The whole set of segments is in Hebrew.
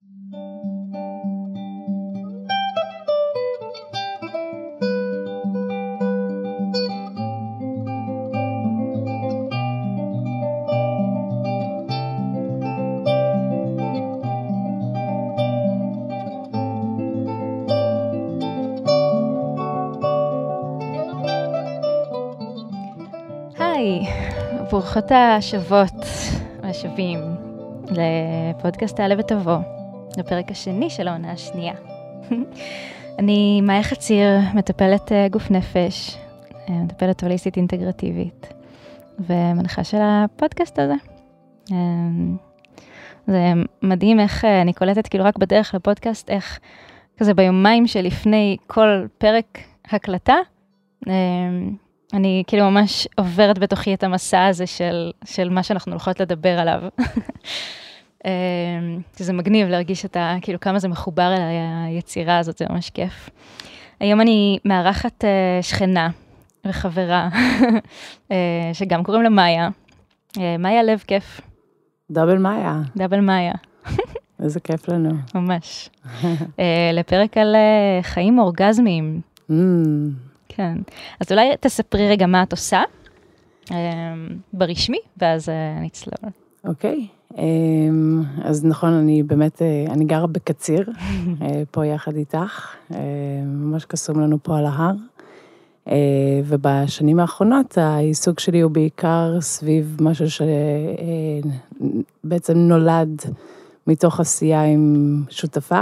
היי, ברוכות השבות והשבים לפודקאסט תעלה ותבוא, לפרק השני של העונה השנייה. אני מאיה חציר, מטפלת גוף נפש, מטפלת הוליסטית אינטגרטיבית, ומנחה של הפודקאסט הזה. זה מדהים איך אני קולטת כאילו רק בדרך לפודקאסט, איך כזה ביומיים שלפני כל פרק הקלטה, אני כאילו ממש עוברת בתוכי את המסע הזה של מה שאנחנו הולכות לדבר עליו. זה מגניב להרגיש כאילו כמה זה מחובר אל היצירה הזאת, זה ממש כיף. היום אני מארחת שכנה וחברה, שגם קוראים לה מאיה. מאיה לב כיף. דאבל מאיה. דאבל מאיה. איזה כיף לנו. ממש. לפרק על חיים אורגזמיים. כן. אז אולי תספרי רגע מה את עושה ברשמי, ואז נצלול. אוקיי. אז נכון, אני גרה בקציר, פה יחד איתך, ממש קסום לנו פה על ההר, ובשנים האחרונות העיסוק שלי הוא בעיקר סביב משהו שבעצם נולד מתוך עשייה עם שותפה,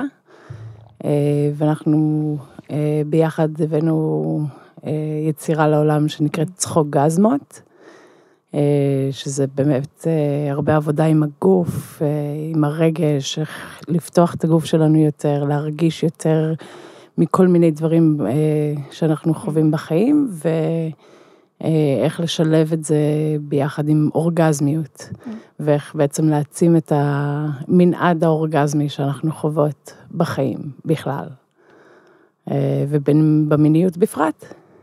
ואנחנו ביחד הבאנו יצירה לעולם שנקראת צחוק גזמות, שזה באמת הרבה עבודה עם הגוף, עם הרגש, איך לפתוח את הגוף שלנו יותר, להרגיש יותר מכל מיני דברים שאנחנו חווים בחיים, ואיך לשלב את זה ביחד עם אורגזמיות, ואיך בעצם להעצים את המנעד האורגזמי שאנחנו חוות בחיים בכלל, ובמיניות בפרט.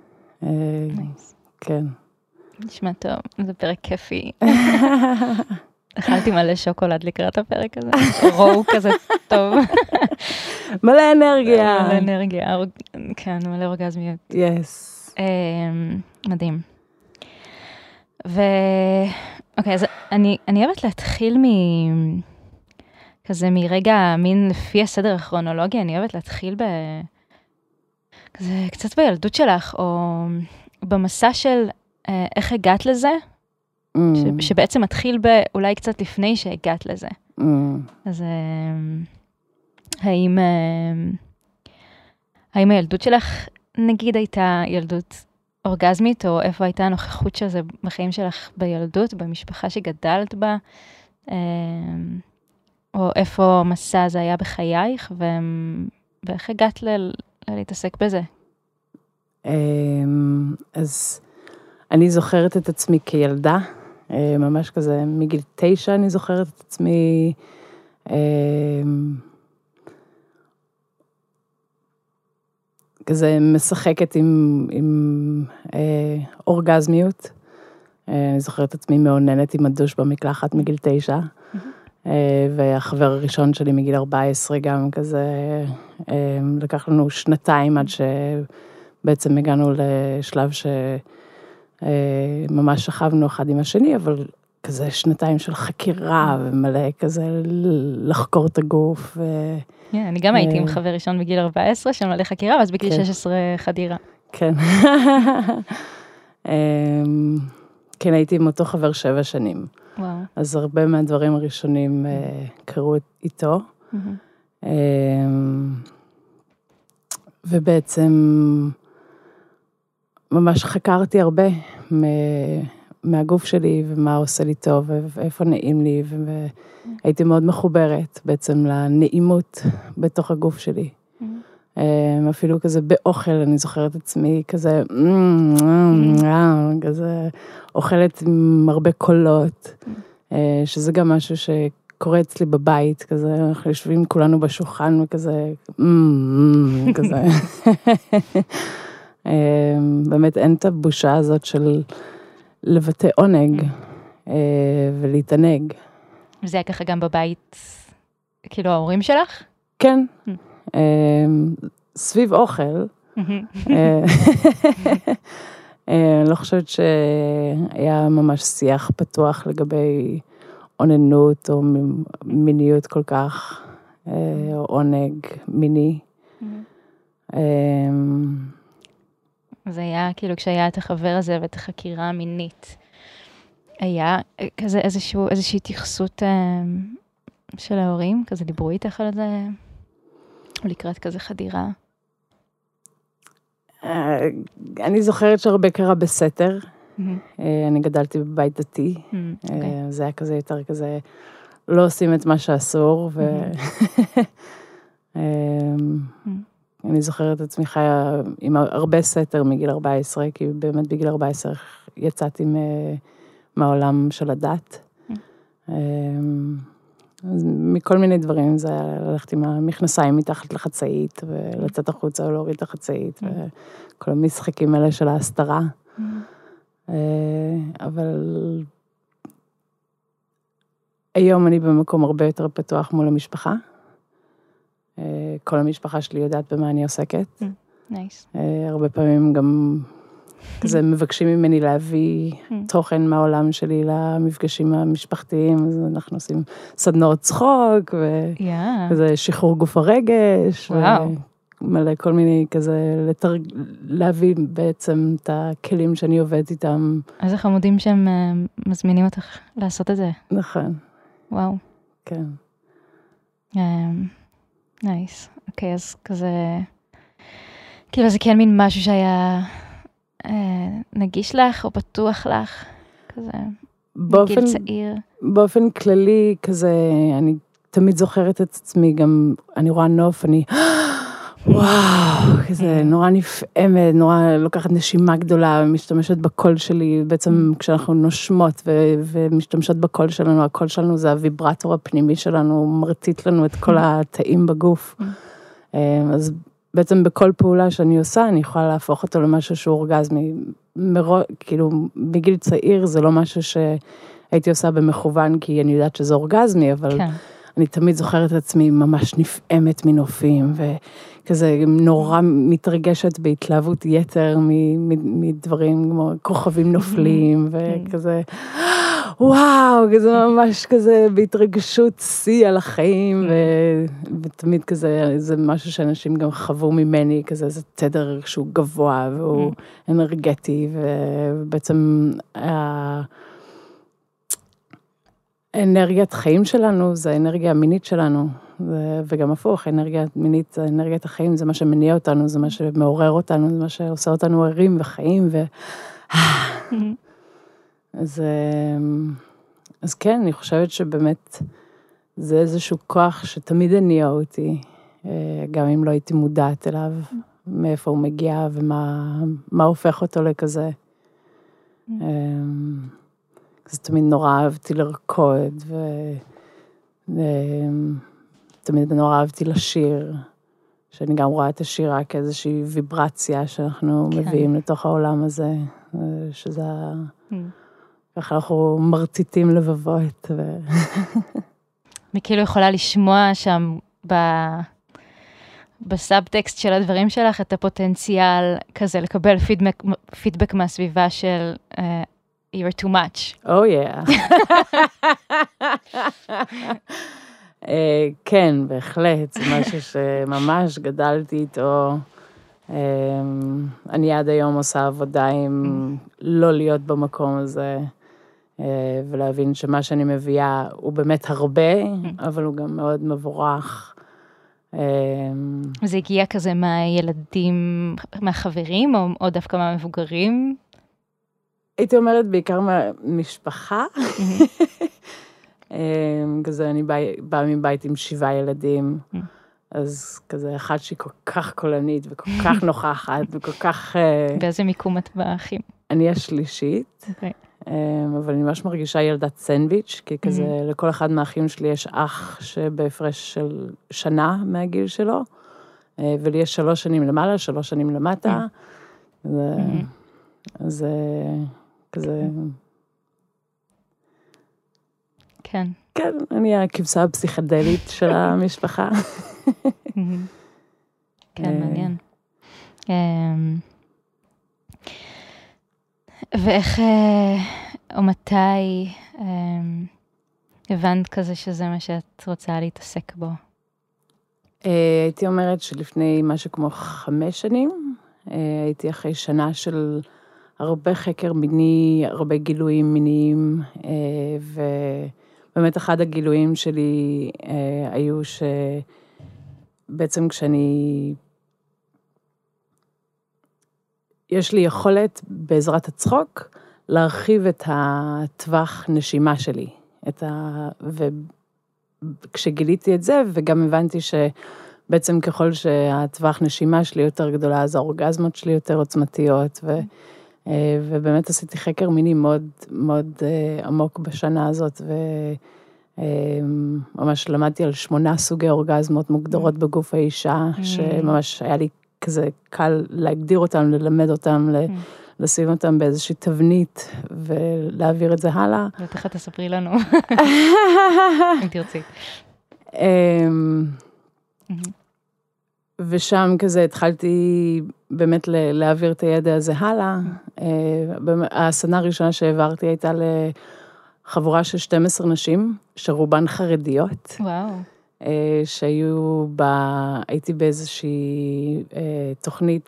כן. נשמע טוב, זה פרק כיפי. אכלתי מלא שוקולד לקראת הפרק הזה, רואו כזה טוב. מלא אנרגיה. מלא אנרגיה, כן, מלא אורגזמיות. יס. מדהים. אוקיי, אז אני אוהבת להתחיל כזה מרגע, מין לפי הסדר הכרונולוגי, אני אוהבת להתחיל כזה קצת בילדות שלך, או במסע של איך הגעת לזה, שבעצם מתחיל אולי קצת לפני שהגעת לזה. אז האם הילדות שלך, נגיד, הייתה ילדות אורגזמית, או איפה הייתה הנוכחות של זה בחיים שלך בילדות, במשפחה שגדלת בה, או איפה המסע הזה היה בחייך, ואיך הגעת להתעסק בזה? אז אני זוכרת את עצמי כילדה, ממש כזה מגיל 9 אני זוכרת את עצמי, כזה משחקת עם אורגזמיות. אני זוכרת את עצמי מעוננת עם הדוש במקלחת מגיל 9, והחבר הראשון שלי מגיל 14 גם כזה, לקח לנו 2 עד שבעצם הגענו לשלב שממש שכבנו אחד עם השני, אבל כזה 2 של חקירה ומלא כזה לחקור את הגוף. אני גם הייתי עם חבר ראשון בגיל 14 של מלא חקירה, ואז בגיל 16 חדירה. כן. כן, הייתי עם אותו חבר 7 שנים. וואו. אז הרבה מהדברים הראשונים קרו איתו. ובעצם ממש חקרתי הרבה מהגוף שלי, ומה עושה לי טוב, ואיפה נעים לי, והייתי מאוד מחוברת בעצם לנעימות בתוך הגוף שלי. אפילו כזה באוכל, אני זוכרת עצמי כזה, כזה אוכלת עם הרבה קולות, שזה גם משהו שקורה אצלי בבית, כזה, אנחנו יושבים כולנו בשולחן וכזה, כזה. באמת אין את הבושה הזאת של לבטא עונג ולהתענג. וזה היה ככה גם בבית כאילו ההורים שלך? כן. סביב אוכל. אני לא חושבת שהיה ממש שיח פתוח לגבי עוננות או מיניות כל כך, או עונג מיני. זה היה כאילו כשהיה את החבר הזה ואת החקירה המינית, היה כזה איזושהי התייחסות של ההורים, כזה דיברו איתך על זה, או לקראת כזה חדירה? אני זוכרת שהרבה קרה בסתר, אני גדלתי בבית דתי, זה היה כזה יותר כזה, לא עושים את מה שאסור, אני זוכרת את עצמי חיה עם הרבה סתר מגיל 14, כי באמת בגיל 14 יצאתי מהעולם של הדת. אז מכל מיני דברים, זה היה ללכת עם המכנסיים מתחת לחצאית, ולצאת החוצה ולהוריד את החצאית, וכל המשחקים האלה של ההסתרה. אבל היום אני במקום הרבה יותר פתוח מול המשפחה. כל המשפחה שלי יודעת במה אני עוסקת. נייס. הרבה פעמים גם כזה מבקשים ממני להביא תוכן מהעולם שלי למפגשים המשפחתיים, אז אנחנו עושים סדנאות צחוק, וכזה שחרור גוף הרגש, ומלא כל מיני כזה, להביא בעצם את הכלים שאני עובדת איתם. איזה חמודים שהם מזמינים אותך לעשות את זה. נכון. וואו. כן. נייס. אוקיי, אז כזה, כאילו זה כן מין משהו שהיה נגיש לך או פתוח לך, כזה בגיל צעיר. באופן כללי, כזה, אני תמיד זוכרת את עצמי, גם אני רואה נוף, אני, וואו, כזה נורא נפעמת, נורא לוקחת נשימה גדולה, משתמשת בקול שלי, בעצם כשאנחנו נושמות ומשתמשות בקול שלנו, הקול שלנו זה הוויברטור הפנימי שלנו, מרטיט לנו את כל התאים בגוף. אז בעצם בכל פעולה שאני עושה, אני יכולה להפוך אותו למשהו שהוא אורגזמי. כאילו, בגיל צעיר זה לא משהו שהייתי עושה במכוון, כי אני יודעת שזה אורגזמי, אבל אני תמיד זוכרת את עצמי ממש נפעמת מנופים, וכזה נורא מתרגשת בהתלהבות יתר מדברים כמו כוכבים נופלים, וכזה, וואו, כזה ממש כזה בהתרגשות שיא על החיים, ותמיד כזה, זה משהו שאנשים גם חוו ממני, כזה, זה תדר שהוא גבוה, והוא אנרגטי, ובעצם האנרגיית חיים שלנו, זה האנרגיה המינית שלנו, וגם הפוך, האנרגיה המינית, זה אנרגיית החיים, זה מה שמניע אותנו, זה מה שמעורר אותנו, זה מה שעושה אותנו ערים וחיים, אז כן, אני חושבת שבאמת זה איזשהו כוח שתמיד הניע אותי, גם אם לא הייתי מודעת אליו, מאיפה הוא מגיע ומה הופך אותו לכזה. אז תמיד נורא אהבתי לרקוד, ותמיד נורא אהבתי לשיר, שאני גם רואה את השירה כאיזושהי ויברציה שאנחנו מביאים לתוך העולם הזה, שזה ככה אנחנו מרטיטים לבבות. אני כאילו יכולה לשמוע שם בסאבטקסט של הדברים שלך את הפוטנציאל כזה לקבל פידבק מהסביבה של you're too much. Oh yeah. כן, בהחלט, זה משהו שממש גדלתי איתו. אני עד היום עושה עבודה עם לא להיות במקום הזה, ולהבין שמה שאני מביאה הוא באמת הרבה, אבל הוא גם מאוד מבורך. זה הגיע כזה מהילדים, מהחברים, או דווקא מהמבוגרים? הייתי אומרת בעיקר מהמשפחה. כזה אני באה מבית עם 7 ילדים, אז כזה אחת שהיא כל כך קולנית וכל כך נוכחת וכל כך... באיזה מיקום את באחים? אני השלישית, אבל אני ממש מרגישה ילדת סנדוויץ', כי כזה לכל אחד מהאחים שלי יש אח שבהפרש של שנה מהגיל שלו, ולי יש 3 שנים למעלה, 3 שנים למטה, אז כזה... כן. כן, אני הכבשה הפסיכדלית של המשפחה. כן, מעניין. ואיך, או מתי הבנת כזה שזה מה שאת רוצה להתעסק בו? הייתי אומרת שלפני משהו כמו 5 שנים, הייתי אחרי שנה של הרבה חקר מיני, הרבה גילויים מיניים, ובאמת אחד הגילויים שלי היו שבעצם יש לי יכולת בעזרת הצחוק להרחיב את הטווח נשימה שלי. וכשגיליתי את זה, וגם הבנתי שבעצם ככל שהטווח נשימה שלי יותר גדולה, אז האורגזמות שלי יותר עוצמתיות, ובאמת עשיתי חקר מיני מאוד, מאוד עמוק בשנה הזאת, וממש למדתי על 8 סוגי אורגזמות מוגדרות בגוף האישה, שממש היה לי כזה קל להגדיר אותם, ללמד אותם, לשים אותם באיזושהי תבנית, ולהעביר את זה הלאה. בטח תספרי לנו, אם תרצי. ושם כזה התחלתי באמת להעביר את הידע הזה הלאה. הסדנה הראשונה שהעברתי הייתה לחבורה של 12 נשים, שרובן חרדיות. וואו. הייתי באיזושהי תוכנית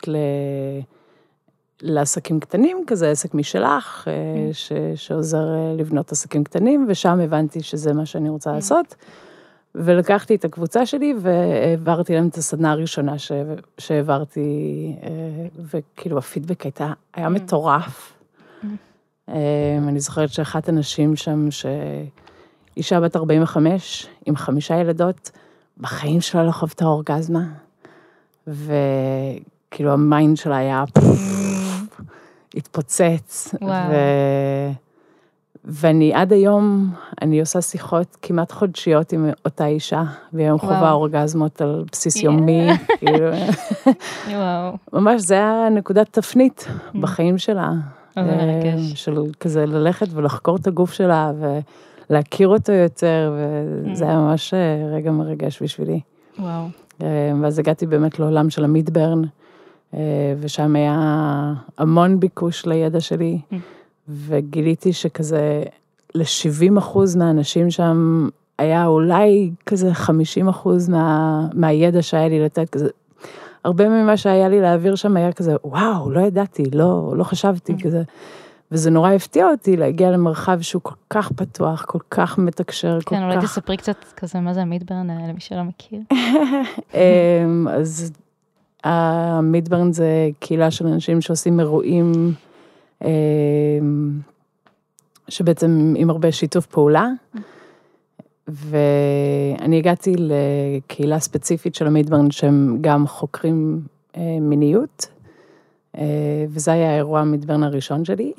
לעסקים קטנים, כזה עסק משלך, שעוזר לבנות עסקים קטנים, ושם הבנתי שזה מה שאני רוצה לעשות. ולקחתי את הקבוצה שלי, והעברתי להם את הסדנה הראשונה שהעברתי, וכאילו הפידבק היה מטורף. אני זוכרת שאחת הנשים שם, שאישה בת 45, עם 5 ילדות, בחיים שלה לא חוותה אורגזמה, וכאילו המיינד שלה היה התפוצץ, ואני עד היום, אני עושה שיחות כמעט חודשיות עם אותה אישה, והיום חובה אורגזמות על בסיס יומי, כאילו, ממש זה היה נקודת תפנית בחיים שלה, של כזה ללכת ולחקור את הגוף שלה, ולהכיר אותו יותר, וזה היה ממש רגע מרגש בשבילי. וואו. ואז הגעתי באמת לעולם של המידברן, ושם היה המון ביקוש לידע שלי, וגיליתי שכזה ל-70% מהאנשים שם היה אולי כזה 50% מהידע שהיה לי לתת, כזה, הרבה ממה שהיה לי להעביר שם היה כזה, וואו, לא ידעתי, לא חשבתי כזה, וזה נורא הפתיע אותי להגיע למרחב שהוא כל כך פתוח, כל כך מתקשר, כן, אולי תספרי קצת כזה, מה זה המידברן, למי שלא מכיר? אז המידברן זה קהילה של אנשים שעושים אירועים, שבעצם עם הרבה שיתוף פעולה, ואני הגעתי לקהילה ספציפית של המידברן, שהם גם חוקרים מיניות, וזה היה האירוע המידברן הראשון שלי,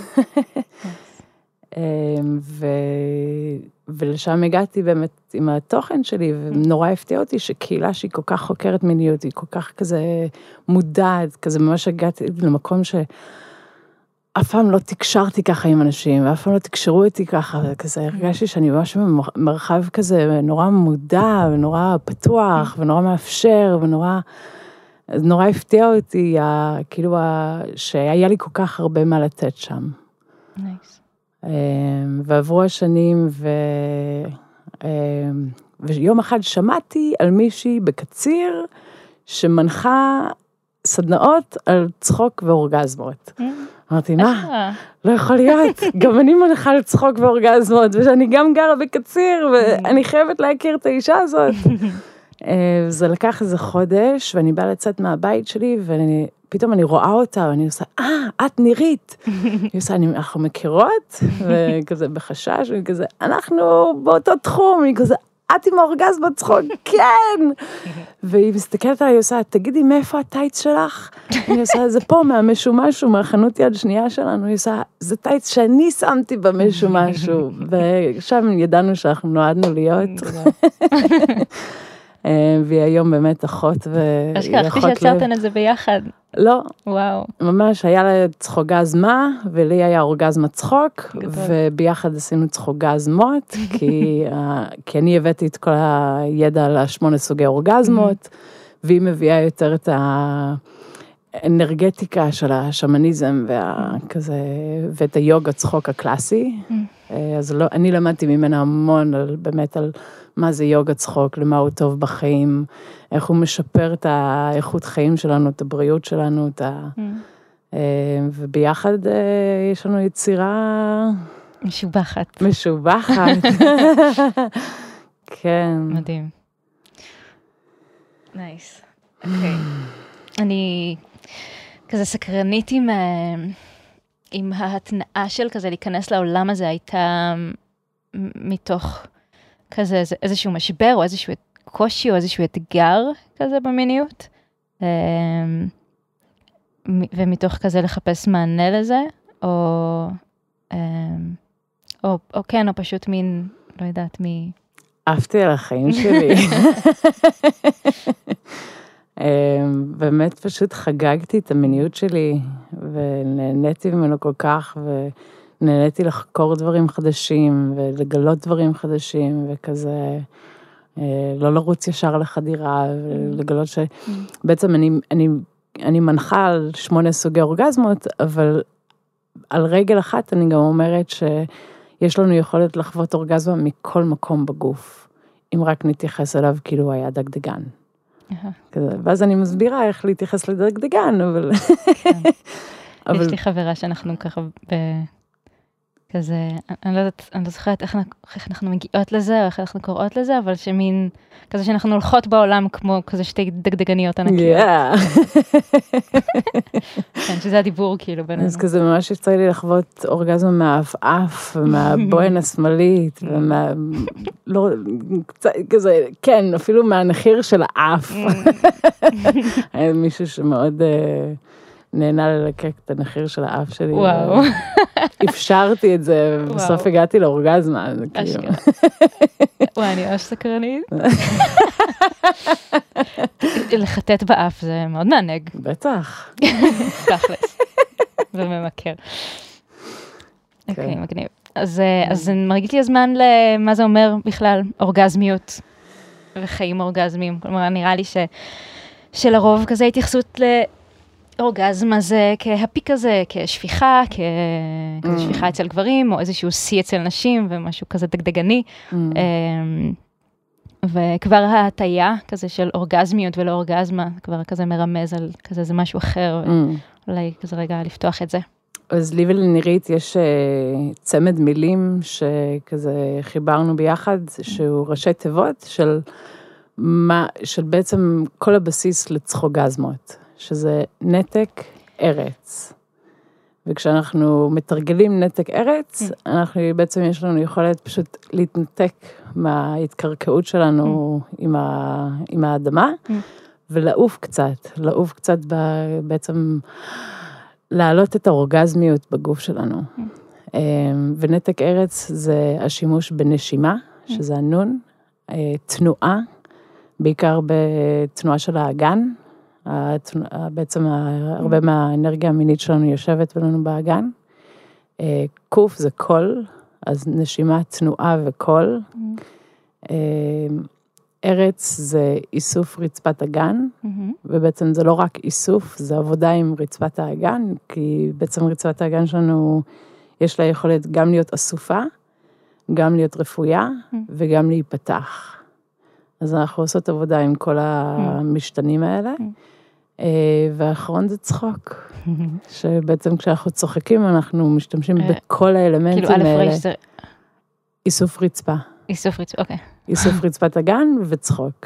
ולשם הגעתי באמת עם התוכן שלי, ונורא הפתיע אותי שקהילה שהיא כל כך חוקרת מיניות, היא כל כך כזה מודעת, כזה ממש הגעתי למקום אף פעם לא תקשרתי ככה עם אנשים, ואף פעם לא תקשרו איתי ככה, וכזה הרגשתי שאני ממש במרחב כזה נורא מודע, ונורא פתוח, ונורא מאפשר, נורא הפתיע אותי, כאילו שהיה לי כל כך הרבה מה לתת שם. נייס. ועברו השנים, ויום אחד שמעתי על מישהי בקציר, שמנחה סדנאות על צחוק ואורגזמות. אמרתי, מה? לא יכול להיות, גם אני מנחה על צחוק ואורגזמות, ושאני גם גרה בקציר, ואני חייבת להכיר את האישה הזאת. זה לקח איזה חודש, ואני באה לצאת מהבית שלי, ופתאום אני רואה אותה, ואני עושה, את נירית. היא עושה, אנחנו מכירות, וכזה בחשש, וכזה, אנחנו באותו תחום, היא כזה, את עם האורגזמת צחוק, כן! והיא מסתכלת עליי, היא עושה, תגידי, מאיפה הטייץ שלך? אני עושה, זה פה, מהמשהו, מהחנות יד שנייה שלנו, היא עושה, זה טייץ שאני שמתי במשהו, ושם ידענו שאנחנו נועדנו להיות. והיא היום באמת אחות חשבתי שיצרתן את זה ביחד. לא. וואו. ממש היה לה צחוגזמה, ולי היה אורגזמה צחוק, וביחד עשינו צחוגזמות, כי אני הבאתי את כל הידע על 8 סוגי אורגזמות, והיא מביאה יותר את האנרגטיקה של השמניזם, ואת היוגה צחוק הקלאסי. אז אני למדתי ממנה המון באמת על מה זה יוגה צחוק, למה הוא טוב בחיים, איך הוא משפר את האיכות חיים שלנו, את הבריאות שלנו, וביחד יש לנו יצירה... משובחת. כן. מדהים. נייס. אוקיי. אני כזה סקרנית עם ההתנאה של כזה להיכנס לעולם הזה, הייתה מתוך כזה איזשהו משבר, או איזשהו קושי, או איזשהו אתגר כזה במיניות, ומתוך כזה לחפש מענה לזה, או כן, או פשוט מין, לא יודעת מי... אהבתי על החיים שלי. באמת פשוט חגגתי את המיניות שלי, ונהניתי ממנו כל כך, ונהניתי לחקור דברים חדשים, ולגלות דברים חדשים, וכזה, לא לרוץ ישר לחדירה, ולגלות שבעצם אני מנחה על 8 סוגי אורגזמות, אבל על רגל אחת אני גם אומרת שיש לנו יכולת לחוות אורגזמה מכל מקום בגוף, אם רק נתייחס אליו כאילו הוא היה דגדגן. ואז אני מסבירה איך להתייחס לדגדגן, אבל... יש לי חברה שאנחנו ככה כזה, אני לא זוכרת איך אנחנו מגיעות לזה, או איך אנחנו קוראות לזה, אבל שמין, כזה שאנחנו הולכות בעולם כמו כזה שתי דגדגניות ענקיות. כן, שזה הדיבור כאילו בינינו. אז כזה ממש יצא לי לחוות אורגזמה מהאף, ומהבוהן השמאלית, כזה, כן, אפילו מהנחיר של האף. היה מישהו שמאוד... נהנה ללקק את הנחיר של האף שלי. וואו. אפשרתי את זה, ובסוף הגעתי לאורגזמה. אשכרה. וואי, אני ממש סקרנית. לחטט באף זה מאוד מענג. בטח. תכלס. וממכר. אוקיי, מגניב. אז מרגיש לי הזמן למה זה אומר בכלל אורגזמיות וחיים אורגזמיים. כלומר, נראה לי שלרוב כזה התייחסות אורגזמה זה כהפי כזה, כשפיחה, כזה שפיחה אצל גברים, או איזשהו שיא אצל נשים, ומשהו כזה דגדגני. וכבר ההטייה כזה של אורגזמיות ולא אורגזמה, כבר כזה מרמז על כזה זה משהו אחר, אולי כזה רגע לפתוח את זה. אז לי ולנירית יש צמד מילים שכזה חיברנו ביחד, שהוא ראשי תיבות של בעצם כל הבסיס לצחוגזמות. שזה נתק ארץ. וכשאנחנו מתרגלים נתק ארץ, אנחנו בעצם יש לנו יכולת פשוט להתנתק מההתקרקעות שלנו עם האדמה, ולעוף קצת בעצם להעלות את האורגזמיות בגוף שלנו. ונתק ארץ זה השימוש בנשימה, שזה הנון, תנועה, בעיקר בתנועה של האגן, בעצם הרבה מהאנרגיה המינית שלנו יושבת לנו באגן. קוף זה קול, אז נשימה, תנועה וקול. ארץ זה איסוף רצפת אגן, ובעצם זה לא רק איסוף, זה עבודה עם רצפת האגן, כי בעצם רצפת האגן שלנו יש לה יכולת גם להיות אסופה, גם להיות רפויה, וגם להיפתח. אז אנחנו עושות עבודה עם כל המשתנים האלה. והאחרון זה צחוק, שבעצם כשאנחנו צוחקים, אנחנו משתמשים בכל האלמנטים האלה. כאילו א' ר' זה... איסוף רצפה. איסוף רצפה, אוקיי. איסוף רצפת אגן וצחוק.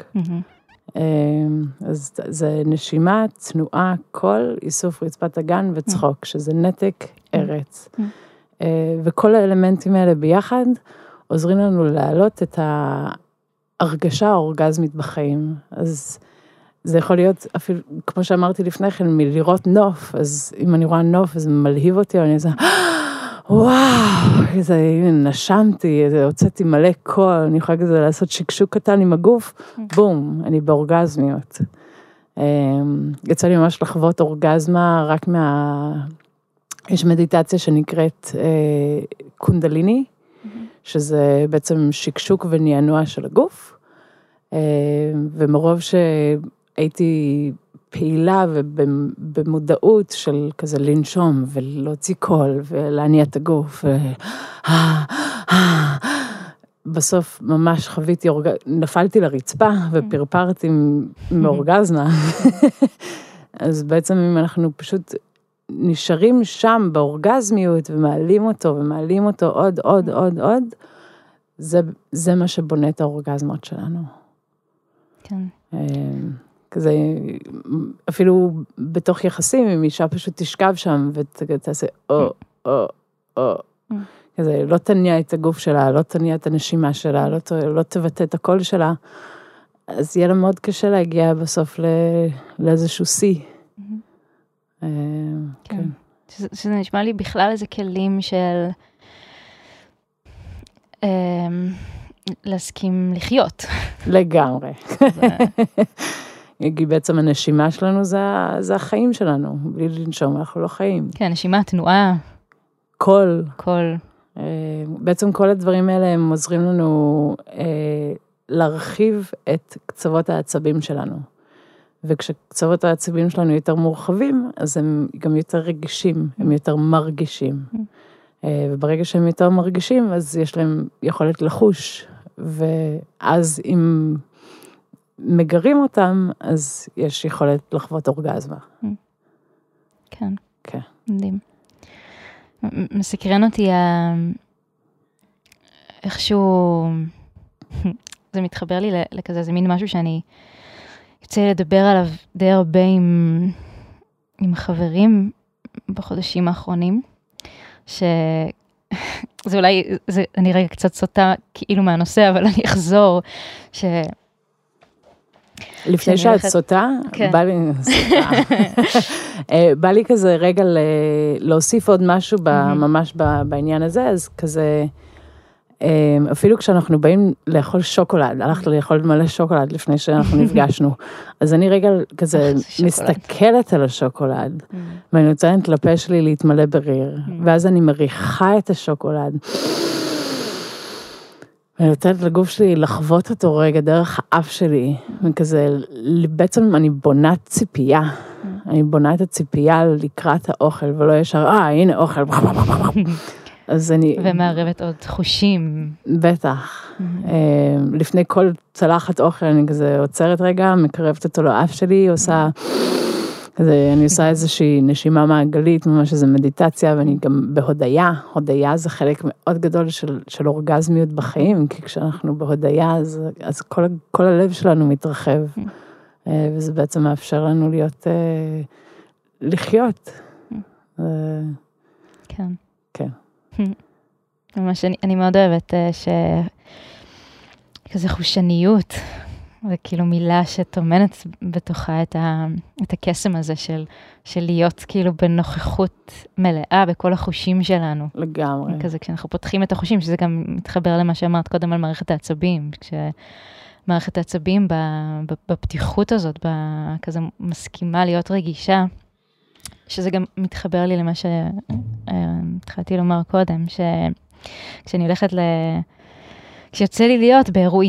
אז זה נשימה, תנועה, קול, איסוף רצפת אגן וצחוק, שזה נתק ארץ. וכל האלמנטים האלה ביחד, עוזרים לנו להעלות את ההרגשה האורגזמית בחיים. אז... זה יכול להיות, אפילו, כמו שאמרתי לפני כן, מלראות נוף, אז אם אני רואה נוף, אז מלהיב אותי, אני עושה, וואו, כזה, נשמתי, הוצאתי מלא קול, אני יכולה כזה לעשות שקשוק קטן עם הגוף, בום, אני באורגזמיות. יצא לי ממש לחוות אורגזמה רק יש מדיטציה שנקראת קונדליני, שזה בעצם שקשוק ונענוע של הגוף, ומרוב שהייתי פעילה ובמודעות של כזה לנשום ולהוציא קול ולהניע את הגוף, בסוף ממש חוויתי, נפלתי לרצפה ופרפרתי מאורגזמה. אז בעצם אם אנחנו פשוט נשארים שם באורגזמיות ומעלים אותו עוד, זה מה שבונה את האורגזמות שלנו. כן. כזה, אפילו בתוך יחסים, אם אישה פשוט תשכב שם ותעשה כזה, לא תניע את הגוף שלה, לא תניע את הנשימה שלה, לא תבטא את הקול שלה, אז יהיה לה מאוד קשה להגיע בסוף לאיזשהו שיא. כן. שזה נשמע לי בכלל איזה כלים של להסכים לחיות. לגמרי. בעצם הנשימה שלנו זה החיים שלנו, בלי לנשום, אנחנו לא חיים. כן, נשימה, תנועה. קול. קול. בעצם כל הדברים האלה הם עוזרים לנו להרחיב את קצוות העצבים שלנו. וכשקצוות העצבים שלנו יותר מורחבים, אז הם גם יותר רגישים, הם יותר מרגישים. וברגע שהם יותר מרגישים, אז יש להם יכולת לחוש, ואז אם מגרים אותם, אז יש יכולת לחוות אורגזמה. כן. כן. מדהים. מסקרן אותי איכשהו, זה מתחבר לי לכזה, זה מין משהו שאני יוצא לדבר עליו די הרבה עם חברים בחודשים האחרונים, שזה אולי, אני רגע קצת סוטה כאילו מהנושא, אבל אני אחזור, לפני שאת סוטה, בא לי כזה רגע להוסיף עוד משהו ממש בעניין הזה, אז כזה, אפילו כשאנחנו באים לאכול שוקולד, הלכת לאכול מלא שוקולד לפני שאנחנו נפגשנו, אז אני רגע כזה מסתכלת על השוקולד, ואני נותנת לפה שלי להתמלא בריר, ואז אני מריחה את השוקולד, ואני נותנת לגוף שלי לחוות אותו רגע דרך האף שלי, וכזה, בעצם אני בונה ציפייה, אני בונה את הציפייה לקראת האוכל, ולא ישר, הנה אוכל, אז אני... ומערבת עוד חושים. בטח. לפני כל צלחת אוכל, אני כזה עוצרת רגע, מקרבת אותו לאף שלי, עושה... כזה, אני עושה איזושהי נשימה מעגלית, ממש איזו מדיטציה, ואני גם בהודיה. הודיה זה חלק מאוד גדול של אורגזמיות בחיים, כי כשאנחנו בהודיה, אז כל הלב שלנו מתרחב, וזה בעצם מאפשר לנו לחיות. כן. כן. ממש, אני מאוד אוהבת כזה חושניות, זה כאילו מילה שתומנת בתוכה את הקסם הזה של להיות כאילו בנוכחות מלאה בכל החושים שלנו. לגמרי. כזה כשאנחנו פותחים את החושים, שזה גם מתחבר למה שאמרת קודם על מערכת העצבים, כשמערכת העצבים בפתיחות הזאת, כזה מסכימה להיות רגישה, שזה גם מתחבר לי למה שהתחלתי לומר קודם, כשאני הולכת כשיוצא לי להיות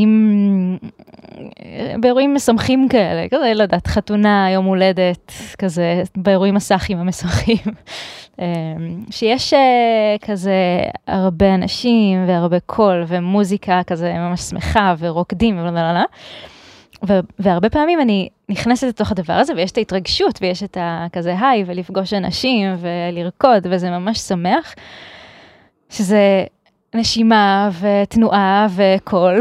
באירועים משמחים כאלה, כזה, לא יודעת, חתונה, יום הולדת, כזה, באירועים הסאחים המשמחים, שיש כזה הרבה אנשים והרבה קול ומוזיקה כזה ממש שמחה ורוקדים ולא. והרבה פעמים אני נכנסת לתוך הדבר הזה, ויש את ההתרגשות, ויש את כזה היי, ולפגוש אנשים, ולרקוד, וזה ממש שמח, שזה נשימה, ותנועה, וקול.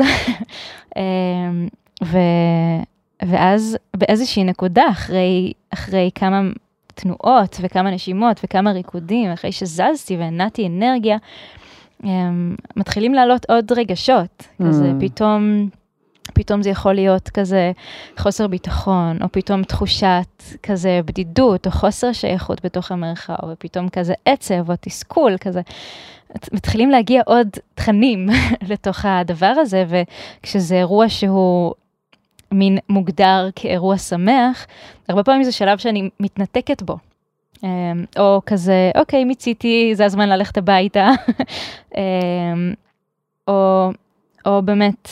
ואז באיזושהי נקודה, אחרי כמה תנועות, וכמה נשימות, וכמה ריקודים, אחרי שזזתי והנעתי אנרגיה, מתחילים לעלות עוד רגשות, כזה פתאום זה יכול להיות כזה חוסר ביטחון, או פתאום תחושת כזה בדידות, או חוסר שייכות בתוך המרחב, או פתאום כזה עצב, או תסכול, כזה. מתחילים להגיע עוד תכנים לתוך הדבר הזה, וכשזה אירוע שהוא מין מוגדר כאירוע שמח, הרבה פעמים זה שלב שאני מתנתקת בו. או כזה, אוקיי, מיציתי, זה הזמן ללכת הביתה. או באמת,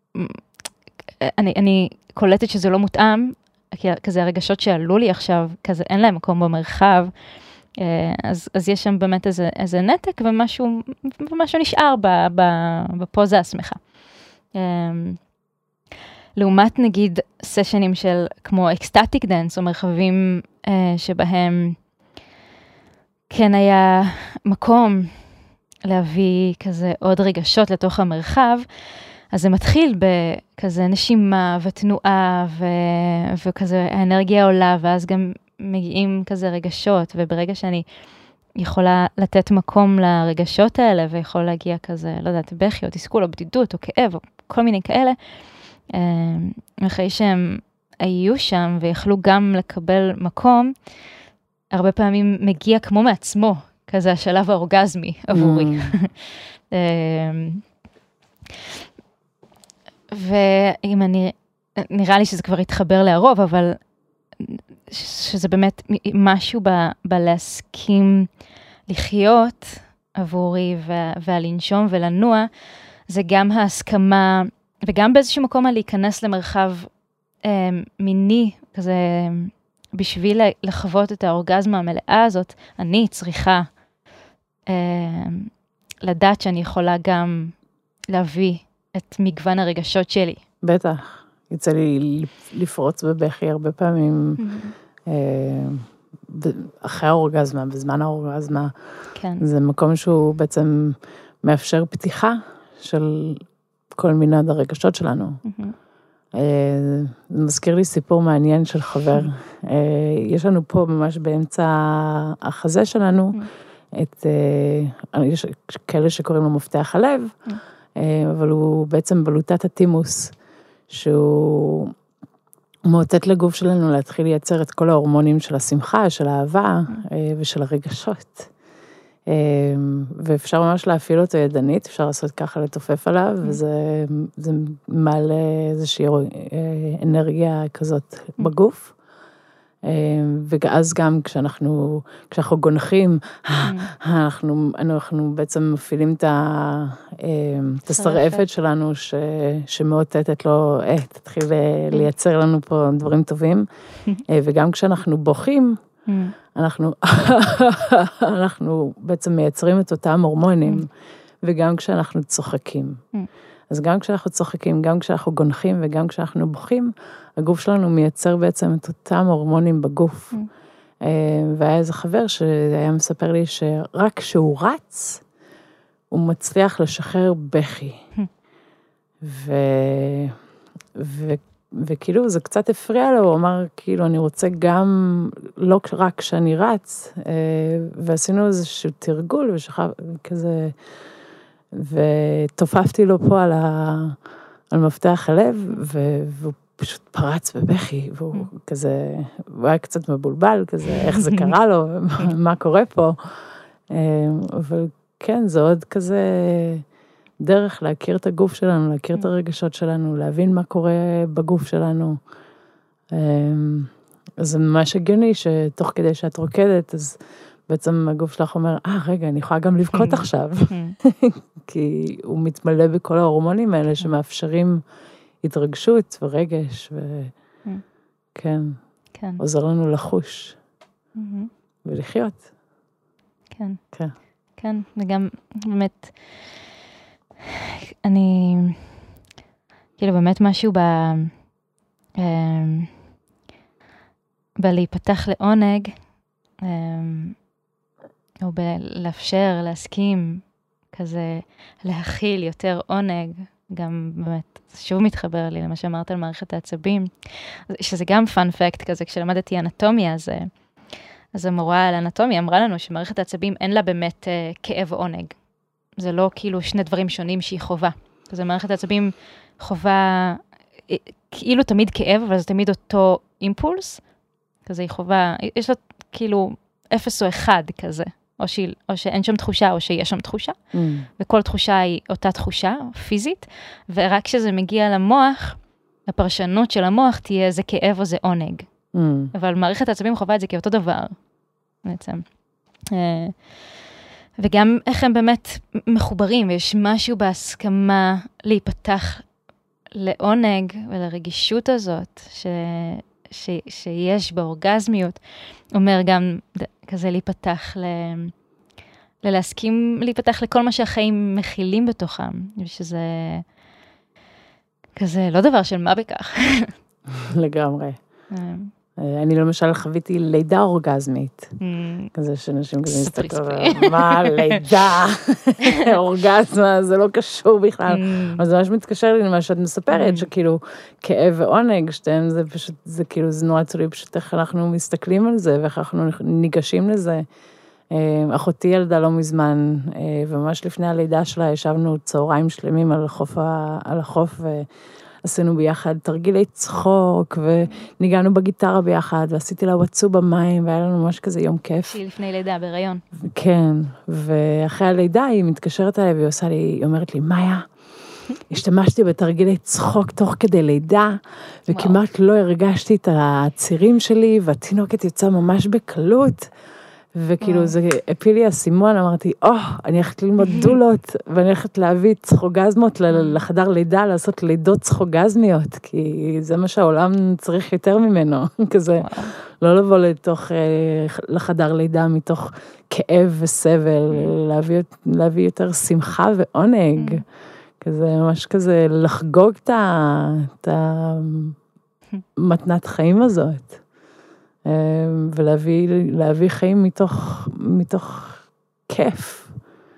אני קולטת שזה לא מותאם, כי כזה הרגשות שעלו לי עכשיו, כזה אין להם מקום במרחב, אז יש שם באמת איזה נתק, ומשהו נשאר בפוזה השמחה. לעומת נגיד סשנים של כמו אקסטטיק דנס, או מרחבים שבהם כן היה מקום להביא כזה עוד רגשות לתוך המרחב, אז זה מתחיל בכזה נשימה ותנועה וכזה האנרגיה עולה, ואז גם מגיעים כזה רגשות, וברגע שאני יכולה לתת מקום לרגשות האלה, ויכול להגיע כזה, לא יודעת, בכי או תסכול או בדידות או כאב או כל מיני כאלה, אחרי שהם היו שם ויכלו גם לקבל מקום, הרבה פעמים מגיע כמו מעצמו, כזה השלב האורגזמי עבורי. ואם נראה לי שזה כבר התחבר להרוב, אבל שזה באמת משהו בלהסכים לחיות עבורי והלנשום ולנוע, זה גם ההסכמה, וגם באיזשהו מקום על להיכנס למרחב מיני, כזה בשביל לחוות את האורגזמה המלאה הזאת, אני צריכה לדעת שאני יכולה גם להביא את מגוון הרגשות שלי. בטח, יצא לי לפרוץ בבכי הרבה פעמים, אחרי האורגזמה, בזמן האורגזמה. כן. זה מקום שהוא בעצם מאפשר פתיחה של כל מנעד הרגשות שלנו. זה מזכיר לי סיפור מעניין של חבר. יש לנו פה ממש באמצע החזה שלנו, יש כאלה שקוראים לו מפתח הלב, אבל הוא בעצם בלוטת הטימוס, שהוא מאותת לגוף שלנו להתחיל לייצר את כל ההורמונים של השמחה, של האהבה ושל הרגשות. ואפשר ממש להפעיל אותו ידנית, אפשר לעשות ככה לתופף עליו, וזה מעלה איזושהי אנרגיה כזאת בגוף. ואז גם כשאנחנו גונחים, אנחנו בעצם מפעילים את השרעפת שלנו, שמאותתת לו, תתחיל לייצר לנו פה דברים טובים, וגם כשאנחנו בוכים, אנחנו בעצם מייצרים את אותם הורמונים, וגם כשאנחנו צוחקים. אז גם כשאנחנו צוחקים, גם כשאנחנו גונחים, וגם כשאנחנו בוכים, הגוף שלנו מייצר בעצם את אותם הורמונים בגוף. והיה איזה חבר שהיה מספר לי שרק כשהוא רץ, הוא מצליח לשחרר בכי. וכאילו זה קצת הפריע לו, הוא אמר כאילו אני רוצה גם, לא רק כשאני רץ, ועשינו איזשהו תרגול וכזה, ותופפתי לו פה על מפתח הלב, והוא פשוט פרץ בבכי, והוא כזה, הוא היה קצת מבולבל, כזה, איך זה קרה לו, מה קורה פה, אבל כן, זה עוד כזה דרך להכיר את הגוף שלנו, להכיר את הרגשות שלנו, להבין מה קורה בגוף שלנו. אז זה ממש הגיוני שתוך כדי שאת רוקדת, אז בעצם הגוף שלך אומר, רגע, אני יכולה גם לבכות עכשיו. כי הוא מתמלא בכל ההורמונים האלה שמאפשרים התרגשות ורגש, וכן, עוזר לנו לחוש ולחיות. כן. כן. כן, וגם באמת, אני, כאילו באמת משהו בלהיפתח לעונג, או בלאפשר, להסכים, כזה להכיל יותר עונג, גם באמת, שוב מתחבר לי למה שאמרת על מערכת העצבים, שזה גם פאנ פקט כזה, כשלמדתי אנטומיה, אז המורה על אנטומיה אמרה לנו שמערכת העצבים אין לה באמת כאב עונג. זה לא כאילו שני דברים שונים שהיא חובה. אז מערכת העצבים חובה כאילו תמיד כאב, אבל זה תמיד אותו אימפולס, כזה היא חובה, יש לה כאילו 0 או 1 כזה, או שאין שם תחושה, או שיש שם תחושה, וכל תחושה היא אותה תחושה, פיזית, ורק כשזה מגיע למוח, הפרשנות של המוח תהיה זה כאב או זה עונג. אבל מערכת העצבים חובה את זה כאותו דבר, בעצם. וגם איך הם באמת מחוברים, ויש משהו בהסכמה להיפתח לעונג ולרגישות הזאת, שיש באורגזמיות, אומר גם כזה להיפתח, להסכים להיפתח לכל מה שהחיים מכילים בתוכם, ושזה כזה לא דבר של מה בכך. לגמרי. אני למשל חוויתי לידה אורגזמית, כזה שאנשים כזה מסתכלים, מה לידה, אורגזמה, זה לא קשור בכלל, אבל זה ממש מתקשר לי למה שאת מספרת, שכאילו כאב ועונג, שתיהם זה פשוט, זה כאילו, זה נורא צולי, פשוט איך אנחנו מסתכלים על זה, ואיך אנחנו ניגשים לזה. אחותי ילדה לא מזמן, וממש לפני הלידה שלה, ישבנו צהריים שלמים על החוף, עשינו ביחד תרגילי צחוק, וניגענו בגיטרה ביחד, ועשיתי לה וואצו במים, והיה לנו ממש כזה יום כיף. שהיא לפני לידה, בהיריון. כן, ואחרי הלידה היא מתקשרת אליי, והיא עושה לי, היא אומרת לי, מאיה, השתמשתי בתרגילי צחוק תוך כדי לידה, וכמעט לא הרגשתי את הצירים שלי, והתינוקת יצאה ממש בקלות, וכאילו זה הפיל לי הסימון, אמרתי, אני הולכת ללמוד דולות, ואני הולכת להביא צחוגזמות לחדר לידה, לעשות לידות צחוגזמיות, כי זה מה שהעולם צריך יותר ממנו, כזה, לא לבוא לחדר לידה מתוך כאב וסבל, להביא יותר שמחה ועונג, כזה ממש כזה לחגוג את המתנת חיים הזאת. ולהביא חיים מתוך כיף,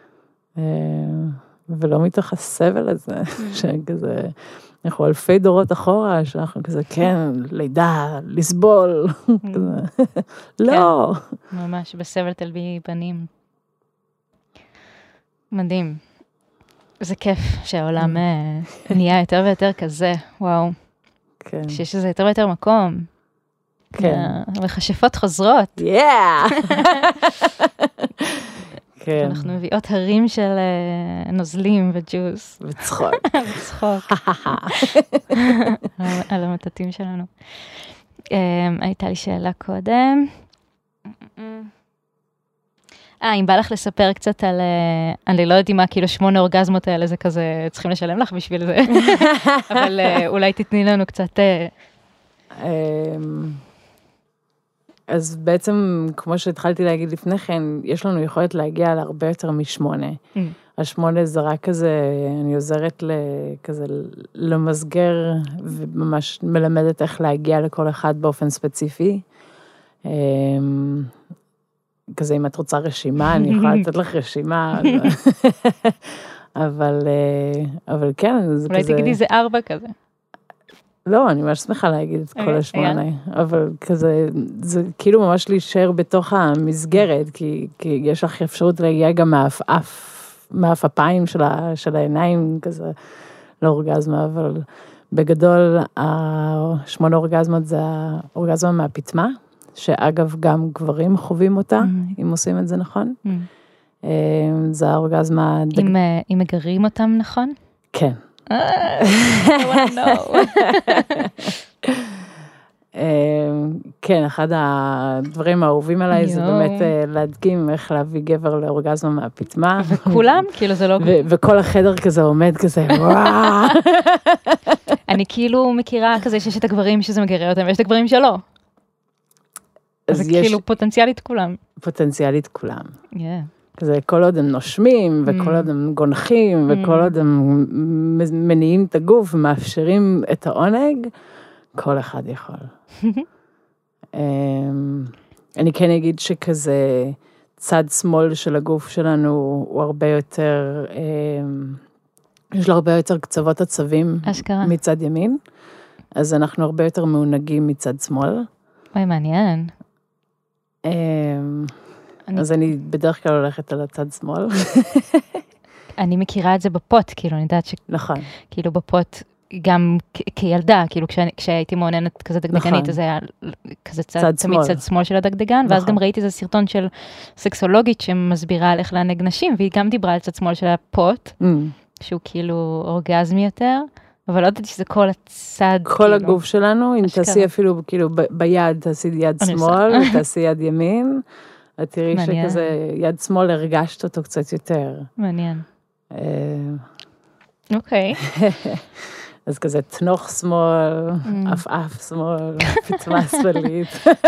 ולא מתוך הסבל הזה, שכזה, אנחנו אלפי דורות אחורה, שאנחנו כזה, כן, לידה, לסבול, לא. ממש, בסבל תלבי פנים. מדהים. זה כיף שהעולם נהיה יותר ויותר כזה, וואו. שיש לזה יותר ויותר מקום. כן. המכשפות חוזרות. כן. אנחנו מביאות הרים של נוזלים וג'וס. וצחוק. וצחוק. על המטטים שלנו. הייתה לי שאלה קודם. אם בא לך לספר קצת על, אני לא יודעת מה, כאילו 8 אורגזמות האלה, זה כזה, צריכים לשלם לך בשביל זה. אבל אולי תתני לנו קצת... אז בעצם, כמו שהתחלתי להגיד לפני כן, יש לנו יכולת להגיע להרבה יותר מ8. 8 זה רק כזה, אני עוזרת כזה למסגר, וממש מלמדת איך להגיע לכל אחד באופן ספציפי. כזה, אם את רוצה רשימה, אני יכולה לתת לך רשימה. אבל כן, זה אולי כזה... אולי תגידי זה 4 כזה. לא, אני ממש שמחה להגיד את כל 8, אבל כזה, זה כאילו ממש להישאר בתוך המסגרת, כי יש לך אפשרות להגיע גם מהאפיים של העיניים, כזה, לאורגזמה, אבל בגדול, 8 אורגזמות זה האורגזמה מהפטמה, שאגב גם גברים חווים אותה, אם עושים את זה נכון. זה האורגזמה... אם מגרים אותם נכון? כן. I want to know. כן, אחד הדברים האהובים עליי זה באמת להדגים איך להביא גבר לאורגזמה מהפטמה. וכולם? כאילו זה לא... וכל החדר כזה עומד כזה, וואו. אני כאילו מכירה כזה שיש את הגברים שזה מגרה אותם, ויש את הגברים שלא. אז כאילו פוטנציאלית כולם. פוטנציאלית כולם. כזה, כל עוד הם נושמים, וכל עוד הם גונחים, וכל עוד הם מניעים את הגוף, ומאפשרים את העונג, כל אחד יכול. אני כן אגיד שכזה, צד שמאל של הגוף שלנו, הוא הרבה יותר, יש לו הרבה יותר קצוות עצבים, מצד ימין, אז אנחנו הרבה יותר מעונגים מצד שמאל. אוי, מעניין. אז אני בדרך כלל הולכת על הצד שמאל. אני מכירה את זה בפוט, כאילו, אני יודעת ש... נכון. כאילו בפוט, גם כילדה, כאילו כשהייתי מעוננת כזה דגדגנית, אז זה היה כזה תמיד צד שמאל של הדגדגן, ואז גם ראיתי איזה סרטון של סקסולוגית שמסבירה על איך לענג נשים, והיא גם דיברה על צד שמאל של הפוט, שהוא כאילו אורגזמי יותר, אבל לא יודעת שזה כל הצד. כל הגוף שלנו, אם תעשי אפילו כאילו ביד, תעשי יד שמאל, ותעשי יד ימין, את תראי שכזה יד שמאל הרגשת אותו קצת יותר. מעניין. אוקיי. אז כזה תנוך שמאל, אף שמאל, פצמה שמאלית.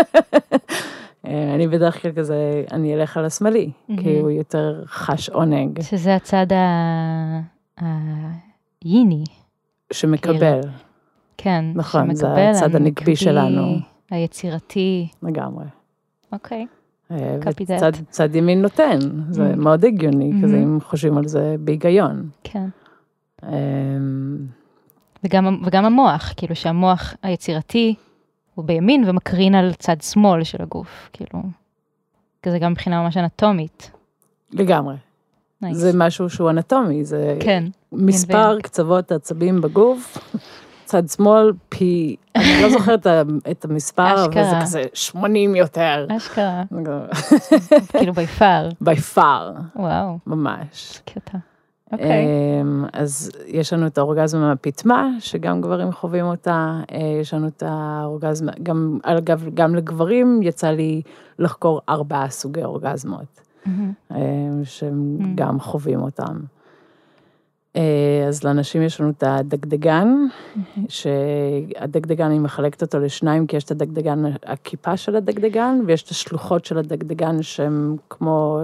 אני בדרך כלל כזה, אני אלך על השמאלי, כי הוא יותר חש עונג. שזה הצד היני. שמקבל. כן, נכון, זה הצד הנקבי שלנו. היצירתי. לגמרי. אוקיי. צד ימין נותן, זה מאוד הגיוני, כזה אם חושבים על זה בהיגיון. כן. וגם המוח, כאילו שהמוח היצירתי הוא בימין ומקרין על צד שמאל של הגוף, כאילו. זה גם מבחינה ממש אנטומית. לגמרי. זה משהו שהוא אנטומי, זה מספר קצוות העצבים בגוף, צד שמאל, פי, אני לא זוכרת את המספר, אבל זה כזה 80 יותר. אשכרה. כאילו ביפר. ביפר. וואו. ממש. קטע. אוקיי. אז יש לנו את האורגזמה מהפטמה, שגם גברים חווים אותה, יש לנו את האורגזמה, אגב, גם לגברים יצא לי לחקור 4 סוגי אורגזמות, שהם גם חווים אותם. אז לאנשים יש לנו את הדגדגן, שהדגדגן אני מחלקת אותו לשניים, כי יש את הדגדגן, הכיפה של הדגדגן, ויש את השלוחות של הדגדגן, שהן כמו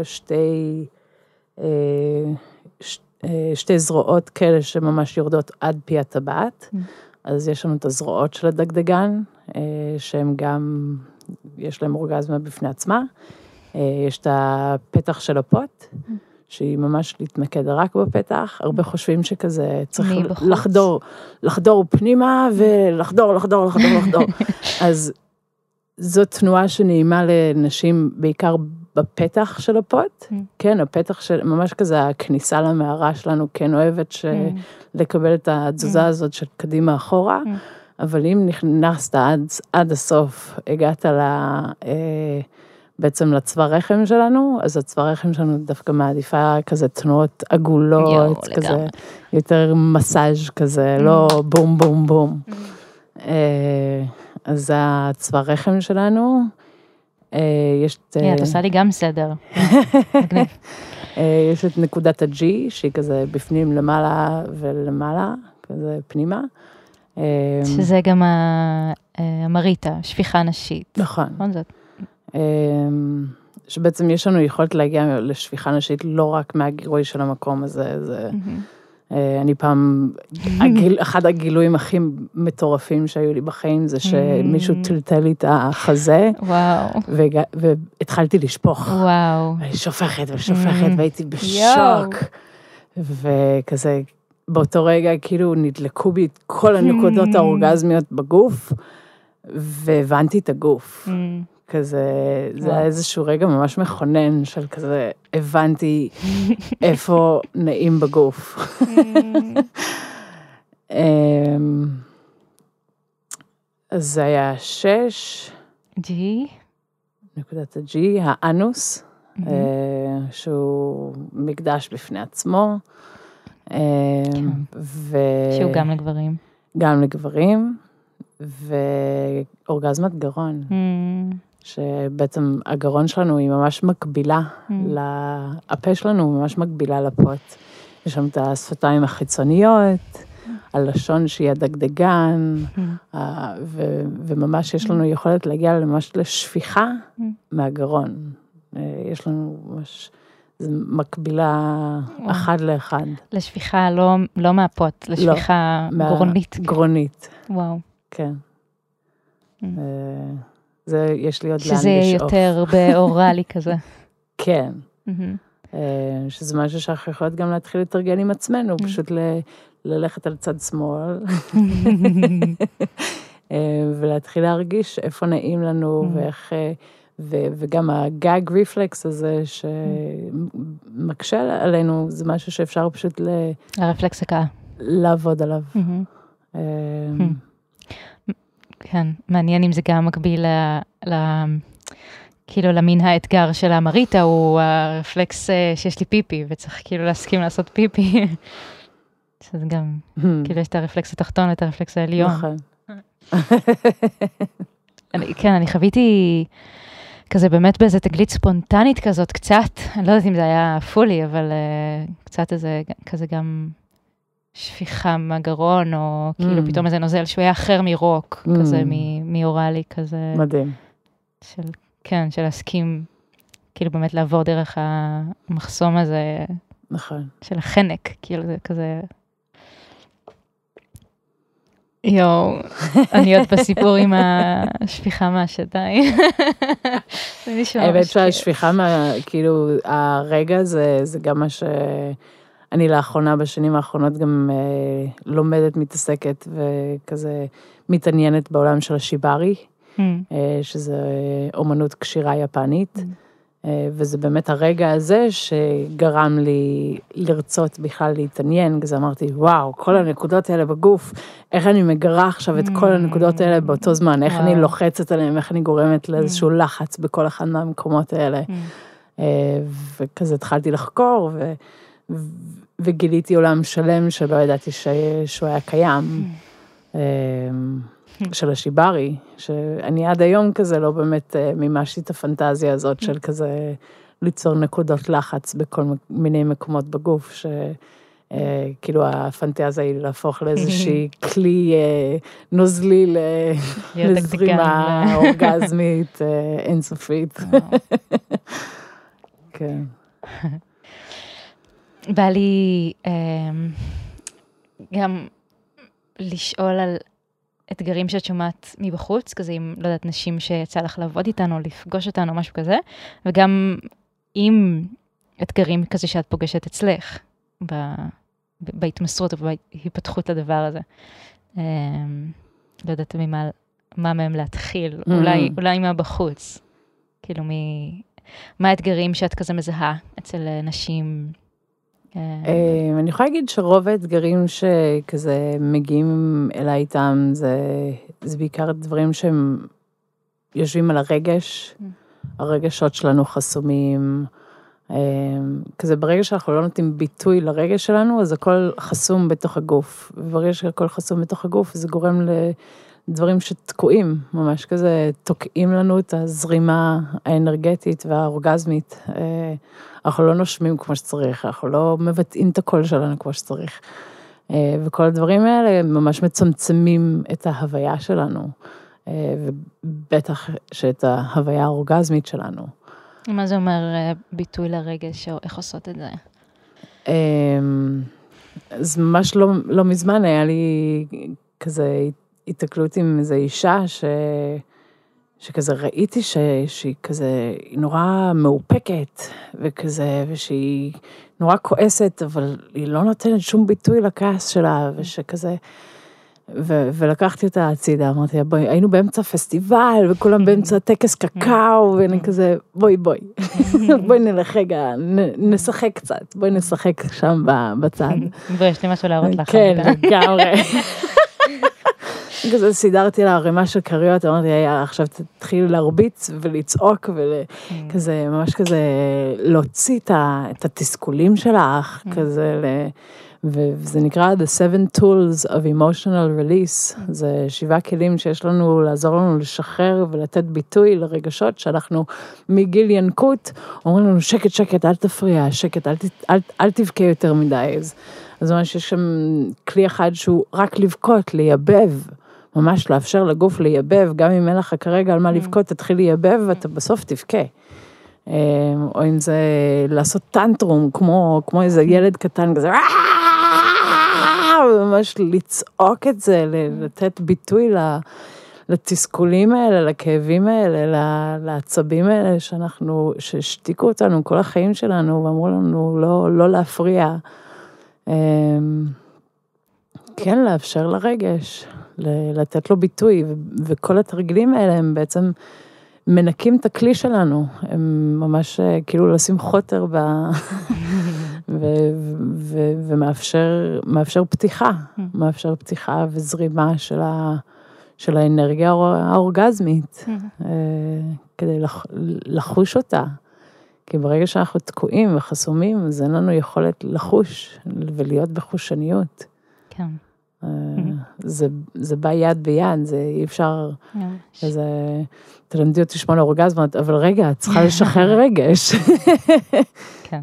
שתי זרועות כאלה שממש יורדות עד פי הטבעת, אז יש לנו את הזרועות של הדגדגן, שהן גם, יש להם אורגזמה בפני עצמה, יש את הפתח של הפוט, שהיא ממש להתמקד רק בפתח, הרבה חושבים שכזה צריך לחדור פנימה, ולחדור, אז זו תנועה שנעימה לנשים בעיקר בפתח של הפוט, כן, הפתח של, ממש כזה הכניסה למערה שלנו, כן אוהבת לקבל את התזוזה הזאת של קדימה אחורה, אבל אם נכנסת עד הסוף, הגעת בעצם לצבא רחם שלנו, אז הצבא רחם שלנו דווקא מעדיפה כזה תנועות עגולות, כזה יותר מסאז' כזה, לא בום בום בום. אז זה הצבא רחם שלנו. את עושה לי גם סדר. יש את נקודת ה-G, שהיא כזה בפנים למעלה ולמעלה, כזה פנימה. שזה גם המריטה, שפיכה נשית. נכון. שבעצם יש לנו יכולת להגיע לשפיכה נשית לא רק מהגירוי של המקום הזה, אני פעם, אחד הגילויים הכי מטורפים שהיו לי בחיים, זה שמישהו טלטל לי את החזה, והתחלתי לשפוך. וואו. ואני שופכת, והייתי בשוק, וכזה, באותו רגע כאילו נדלקו בי את כל הנקודות האורגזמיות בגוף, והבנתי את הגוף. כזה, זה היה איזשהו רגע ממש מכונן של כזה, הבנתי איפה נעים בגוף. אז זה היה 6. G. נקודת ה-G, האנוס, שהוא מקדש בפני עצמו. שהוא גם לגברים. גם לגברים, ואורגזמת גרון. שבעצם הגרון שלנו היא ממש מקבילה, הפה שלנו הוא ממש מקבילה לפוט. יש שם את השפתיים החיצוניות, הלשון שהיא הדגדגן, וממש יש לנו יכולת להגיע ממש לשפיכה מהגרון. יש לנו ממש, זה מקבילה אחד לאחד. לשפיכה לא מהפוט, לשפיכה גרונית. גרונית. וואו. כן. זה, יש לי עוד לאן לשאוף. שזה יותר באורלי כזה. כן. שזה משהו שאנחנו יכולות גם להתחיל לתרגל עם עצמנו, פשוט ללכת על צד שמאל, ולהתחיל להרגיש איפה נעים לנו, ואיך, וגם הגאג ריפלקס הזה, שמקשה עלינו, זה משהו שאפשר פשוט הרפלקס הקאה. לעבוד עליו. כן, מעניין אם זה גם מקביל כאילו למין האתגר של המריטה, הוא הרפלקס שיש לי פיפי, וצריך כאילו להסכים לעשות פיפי. שזה גם, כאילו יש את הרפלקס התחתון ואת הרפלקס העליון. נכון. כן, אני חוויתי כזה באמת באיזה תגלית ספונטנית כזאת קצת, אני לא יודעת אם זה היה פולי, אבל קצת איזה כזה גם שפיכה מהגרון, או כאילו פתאום איזה נוזל שהוא היה אחר מרוק, כזה מאורלי כזה. מדהים. כן, של להסכים, כאילו באמת לעבור דרך המחסום הזה. נכון. של החנק, כאילו זה כזה... יואו, אני עוד בסיפור עם השפיכה מהשדיים. האמת שהשפיכה, כאילו, הרגע זה גם מה שאני לאחרונה, בשנים האחרונות גם לומדת, מתעסקת וכזה מתעניינת בעולם של השיברי, שזה אומנות קשירה יפנית, וזה באמת הרגע הזה שגרם לי לרצות בכלל להתעניין, אז אמרתי, וואו, כל הנקודות האלה בגוף, איך אני מגרה עכשיו את כל הנקודות האלה באותו זמן, איך אני לוחצת עליהם, איך אני גורמת לאיזשהו לחץ בכל אחד מהמקומות האלה. וכזה התחלתי לחקור, וגיליתי עולם שלם שלא ידעתי שהוא היה קיים. של השיברי, שאני עד היום כזה לא באמת מימשתי את הפנטזיה הזאת של כזה ליצור נקודות לחץ בכל מיני מקומות בגוף, שכאילו הפנטזיה היא להפוך לאיזושהי כלי נוזלי לזרימה אורגזמית אינסופית. כן. בא לי גם לשאול על אתגרים שאת שומעת מבחוץ, כזה עם, לא יודעת, נשים שיצא לך לעבוד איתנו, לפגוש אותנו, משהו כזה, וגם עם אתגרים כזה שאת פוגשת אצלך, בהתמסרות ובהיפתחות לדבר הזה. לא יודעת מה מהם להתחיל, אולי מה בחוץ. כאילו, מה האתגרים שאת כזה מזהה אצל נשים? אני יכולה להגיד שרוב האתגרים שכזה מגיעים אליי איתם, זה בעיקר דברים שהם יושבים על הרגש, הרגשות שלנו חסומים, כזה ברגע שאנחנו לא נותנים ביטוי לרגש שלנו, אז הכל חסום בתוך הגוף, וברגע שהכל חסום בתוך הגוף, זה גורם לדברים שתקועים, ממש כזה תוקעים לנו את הזרימה האנרגטית והאורגזמית, אנחנו לא נושמים כמו שצריך, אנחנו לא מבטאים את הקול שלנו כמו שצריך, וכל הדברים האלה ממש מצמצמים את ההוויה שלנו, ובטח שאת ההוויה האורגזמית שלנו. מה זה אומר ביטוי לרגש, או איך עושות את זה? אז ממש לא מזמן היה לי כזה התקלות עם איזו אישה שכזה ראיתי שהיא כזה, היא נורא מאופקת, וכזה, ושהיא נורא כועסת, אבל היא לא נותנת שום ביטוי לכעס שלה, ושכזה, ולקחתי אותה הצידה, אמרתי, היינו באמצע פסטיבל, וכולם באמצע טקס קקאו, ואני כזה, בואי, בואי נלך רגע, נשחק קצת, בואי נשחק שם בצד. בואי, יש לי משהו להראות לך. כן, לגמרי. כזה סידרתי לה ערימה של קריות, אמרתי, עכשיו תתחיל להרביץ ולצעוק, וכזה, ממש כזה, להוציא את התסכולים שלך, כזה, וזה נקרא The 7 Tools of Emotional Release, זה 7 כלים שיש לנו, לעזור לנו לשחרר ולתת ביטוי לרגשות, שאנחנו מגיל ינקות, אומרים לנו, שקט, אל תפריע, שקט, אל תבכה יותר מדי, אז ממש יש שם כלי אחד שהוא רק לבכות, לייבב, ממש לאפשר לגוף לייבב, גם אם אין לך כרגע על מה לבכות, תתחיל לייבב ואתה בסוף תבכה. או אם זה לעשות טנטרום, כמו איזה ילד קטן כזה, ממש לצעוק את זה, לתת ביטוי לתסכולים האלה, לכאבים האלה, לעצבים האלה שהשתיקו אותנו כל החיים שלנו, ואמרו לנו לא להפריע. כן, לאפשר לרגש, לתת לו ביטוי, וכל התרגילים האלה הם בעצם מנקים את הכלי שלנו, הם ממש כאילו לשים חוטר ומאפשר פתיחה, מאפשר פתיחה וזרימה של האנרגיה האורגזמית, כדי לחוש אותה. כי ברגע שאנחנו תקועים וחסומים, אז אין לנו יכולת לחוש ולהיות בחושניות. כן. זה בא יד ביד, זה אי אפשר, תלמדי אותי 8 אורגזמות, אבל רגע, את צריכה לשחרר רגש. כן.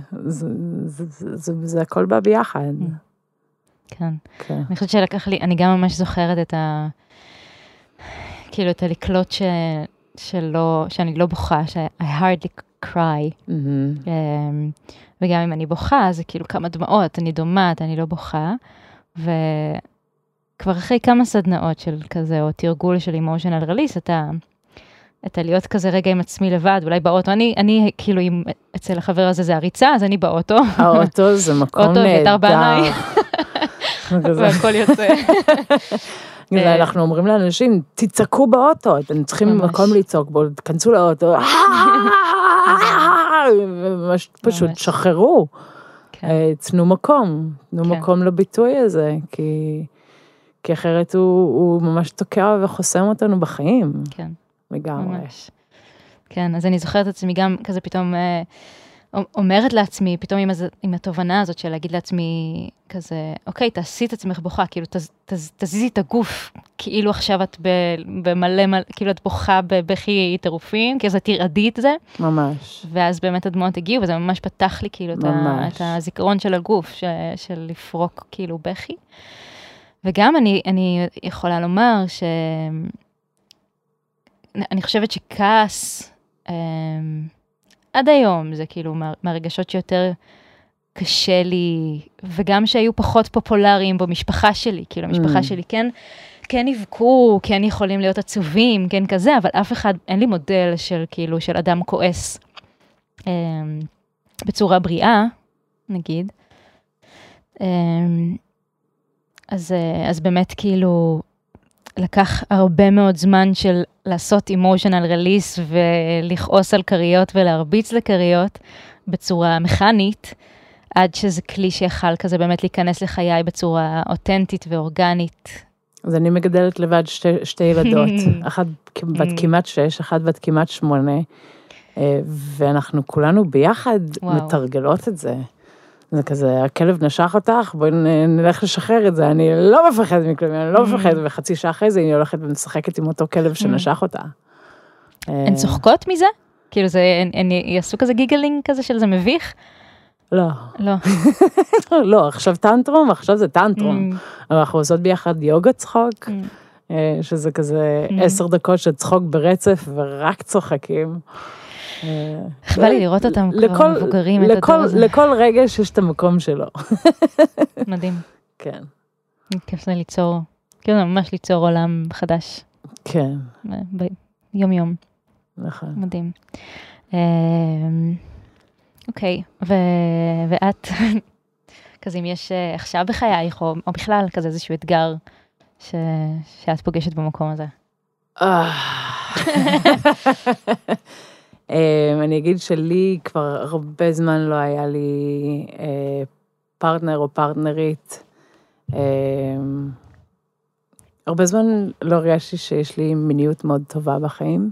זה הכל בא ביחד. כן. אני חושבת שלקח לי, אני גם ממש זוכרת כאילו את הלקלוט שאני לא בוכה, I hardly cry. וגם אם אני בוכה, זה כאילו כמה דמעות, אני דומעת, אני לא בוכה. וכבר אחרי כמה סדנאות של כזה, או תרגול של emotional release, אתה להיות כזה רגע עם עצמי לבד, אולי באוטו, אני כאילו, אם אצל החבר הזה זה הריצה, אז אני באוטו. האוטו זה מקום נהדר. אוטו ויתר בעיניי. והכל יוצא. אנחנו אומרים לאנשים, תצעקו באוטו, אתם צריכים מקום לצעוק בו, תכנסו לאוטו, פשוט שחררו. תנו מקום, תנו מקום לביטוי הזה, כי אחרת הוא ממש תוקע וחוסם אותנו בחיים. כן. לגמרי. כן, אז אני זוכרת את עצמי גם כזה פתאום אומרת לעצמי, פתאום עם התובנה הזאת של להגיד לעצמי כזה, אוקיי, תעשי את עצמך בוכה, כאילו תזיזי את הגוף, כאילו עכשיו את במלא, כאילו את בוכה בבכי טירופים, כי אז את תרעדי את זה. ממש. ואז באמת הדמעות הגיעו, וזה ממש פתח לי כאילו את הזיכרון של הגוף, של לפרוק כאילו בכי. וגם אני יכולה לומר אני חושבת שכעס, עד היום זה כאילו מהרגשות שיותר קשה לי, וגם שהיו פחות פופולריים במשפחה שלי, כאילו המשפחה שלי כן יבכו, כן יכולים להיות עצובים, כן כזה, אבל אף אחד, אין לי מודל של כאילו, של אדם כועס בצורה בריאה, נגיד. אז באמת כאילו, לקח הרבה מאוד זמן של לעשות emotional release ולכעוס על קריות ולהרביץ לקריות בצורה מכנית, עד שזה כלי שיכל כזה באמת להיכנס לחיי בצורה אותנטית ואורגנית. אז אני מגדלת לבד שתי ילדות, אחת בת כמעט 6, אחת בת כמעט 8, ואנחנו כולנו ביחד מתרגלות את זה. זה כזה, הכלב נשך אותך, בואי נלך לשחרר את זה, אני לא מפחדת מכלבים, אני לא מפחדת, וחצי שעה אחרי זה, אני הולכת ומשחקת עם אותו כלב שנשך אותה. הן צוחקות מזה? כאילו, הן יעשו כזה גיגלינג כזה של זה מביך? לא. לא. לא, עכשיו טנטרום, עכשיו זה טנטרום. אבל אנחנו עושות ביחד יוגה צחוק, שזה כזה 10 דקות של צחוק ברצף, ורק צוחקים. חבל לי לראות אותם כבר מבוגרים את הדבר הזה. לכל רגש יש את המקום שלו. מדהים. כן. כיף זה ליצור, כאילו ממש ליצור עולם חדש. כן. יום יום. נכון. מדהים. אוקיי, ואת, כזה אם יש עכשיו בחייך, או בכלל כזה איזשהו אתגר שאת פוגשת במקום הזה. אני אגיד שלי כבר הרבה זמן לא היה לי פרטנר או פרטנרית. הרבה זמן לא הרגשתי שיש לי מיניות מאוד טובה בחיים.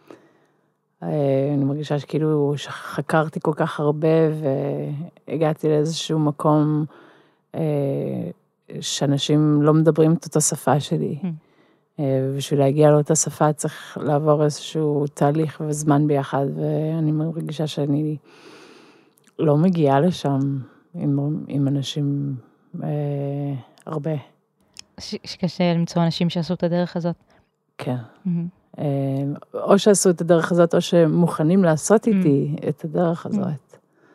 אני מרגישה שכאילו שחקרתי כל כך הרבה והגעתי לאיזשהו מקום שאנשים לא מדברים את אותה שפה שלי. ובשביל להגיע לאותה שפה צריך לעבור איזשהו תהליך וזמן ביחד, ואני מרגישה שאני לא מגיעה לשם עם אנשים הרבה. שקשה למצוא אנשים שעשו את הדרך הזאת. כן. או שעשו את הדרך הזאת, או שמוכנים לעשות איתי את הדרך הזאת.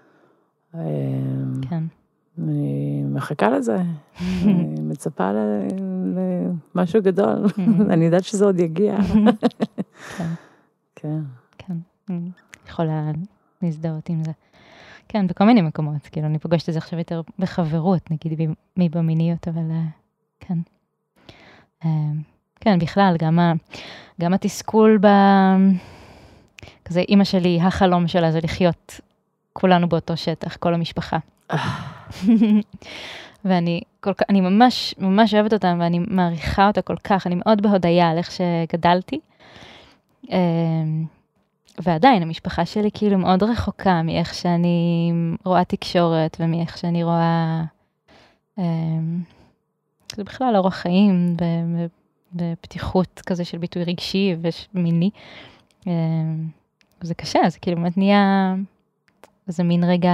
כן. אני מחכה לזה, אני מצפה למשהו גדול, אני יודעת שזה עוד יגיע. כן. כן. יכולה להזדהות עם זה. כן, בכל מיני מקומות, כאילו אני פוגשת את זה עכשיו יותר בחברות, נגיד מי במיניות, אבל כן. כן, בכלל, גם התסכול כזה, אמא שלי, החלום שלה זה לחיות כולנו באותו שטח, כל המשפחה. ואני אני ממש ממש אוהבת אותם, ואני מעריכה אותה כל כך, אני מאוד בהודיה על איך שגדלתי. ועדיין, המשפחה שלי כאילו מאוד רחוקה מאיך שאני רואה תקשורת, ומאיך שאני רואה, זה בכלל אורח חיים, ופתיחות כזה של ביטוי רגשי ומיני. זה קשה, זה כאילו באמת נהיה, זה מין רגע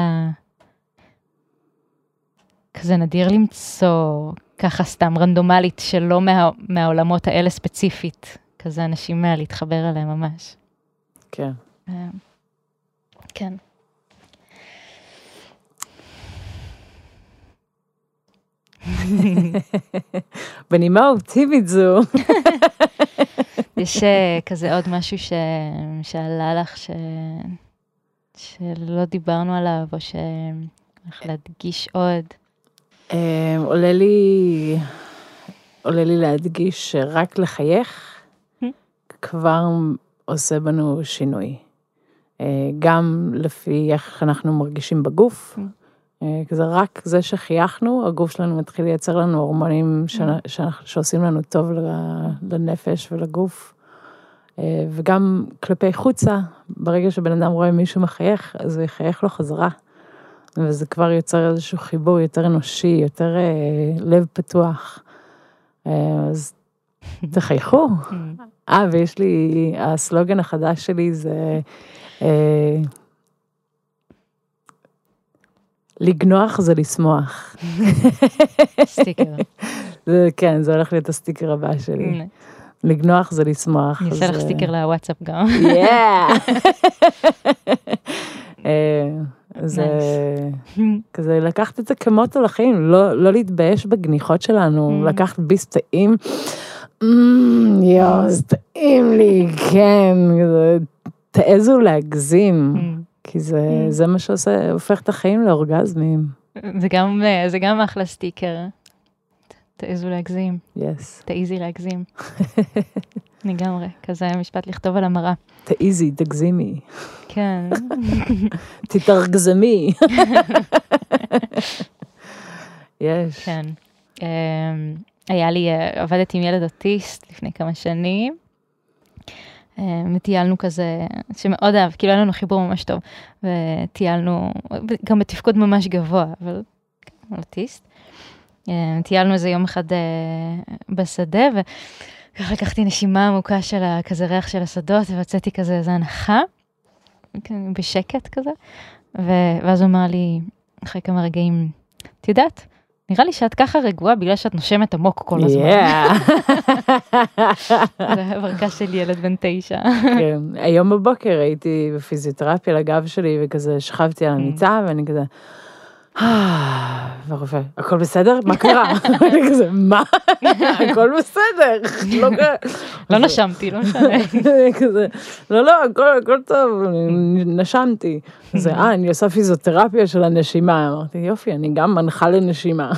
כזה נדיר למצוא ככה סתם רנדומלית, שלא מהעולמות האלה ספציפית, כזה אנשים להתחבר אליהם ממש. כן. כן. בנימה אופטימית זו. יש כזה עוד משהו שעלה לך שלא דיברנו עליו, או שאיך להדגיש עוד? עולה לי להדגיש שרק לחייך כבר עושה בנו שינוי. גם לפי איך אנחנו מרגישים בגוף, כזה רק זה שחייכנו, הגוף שלנו מתחיל לייצר לנו הורמונים שעושים לנו טוב לנפש ולגוף, וגם כלפי חוצה, ברגע שבן אדם רואה מישהו מחייך, אז הוא יחייך לו חזרה, וזה כבר יוצר איזשהו חיבור יותר אנושי, יותר לב פתוח, אז תחייכו. ויש לי, הסלוגן החדש שלי זה, לגנוח זה לשמוח. סטיקר. כן, זה הולך להיות הסטיקר הבא שלי. לגנוח זה לשמוח. אני אעשה לך סטיקר לוואטסאפ גם. זה כזה לקחת את זה כמוטו לחיים, לא להתבייש בגניחות שלנו, לקחת ביס טעים, זה טעים לי, כן, תעזו להגזים, כי זה מה שעושה, הופך את החיים לאורגזמים. זה גם אחלה סטיקר. תעזו להגזים. תעיזי להגזים. לגמרי, כזה משפט לכתוב על המראה. תעיזי, תגזימי. כן. תתרגזמי. יש. כן. עבדתי עם ילד אוטיסט לפני כמה שנים, וטיילנו כזה, שמאוד אהב, כאילו היה לנו חיבור ממש טוב, וטיילנו, גם בתפקוד ממש גבוה, אבל אוטיסט. טיילנו איזה יום אחד בשדה, וככה לקחתי נשימה עמוקה של כזה ריח של השדות, והוצאתי כזה איזו הנחה, בשקט כזה, ואז הוא אמר לי, אחרי כמה רגעים, את יודעת, נראה לי שאת ככה רגועה בגלל שאת נושמת עמוק כל הזמן. זה הברקה של ילד בן 9. כן, היום בבוקר הייתי בפיזיותרפיה לגב שלי, וכזה שכבתי על המיטה, ואני כזה, ורופא, הכל בסדר? מה קרה? אני כזה, מה? הכל בסדר. לא נשמתי, לא משנה. לא, הכל טוב, נשמתי. אני עושה פיזיותרפיה של הנשימה. אמרתי, יופי, אני גם מנחה לנשימה.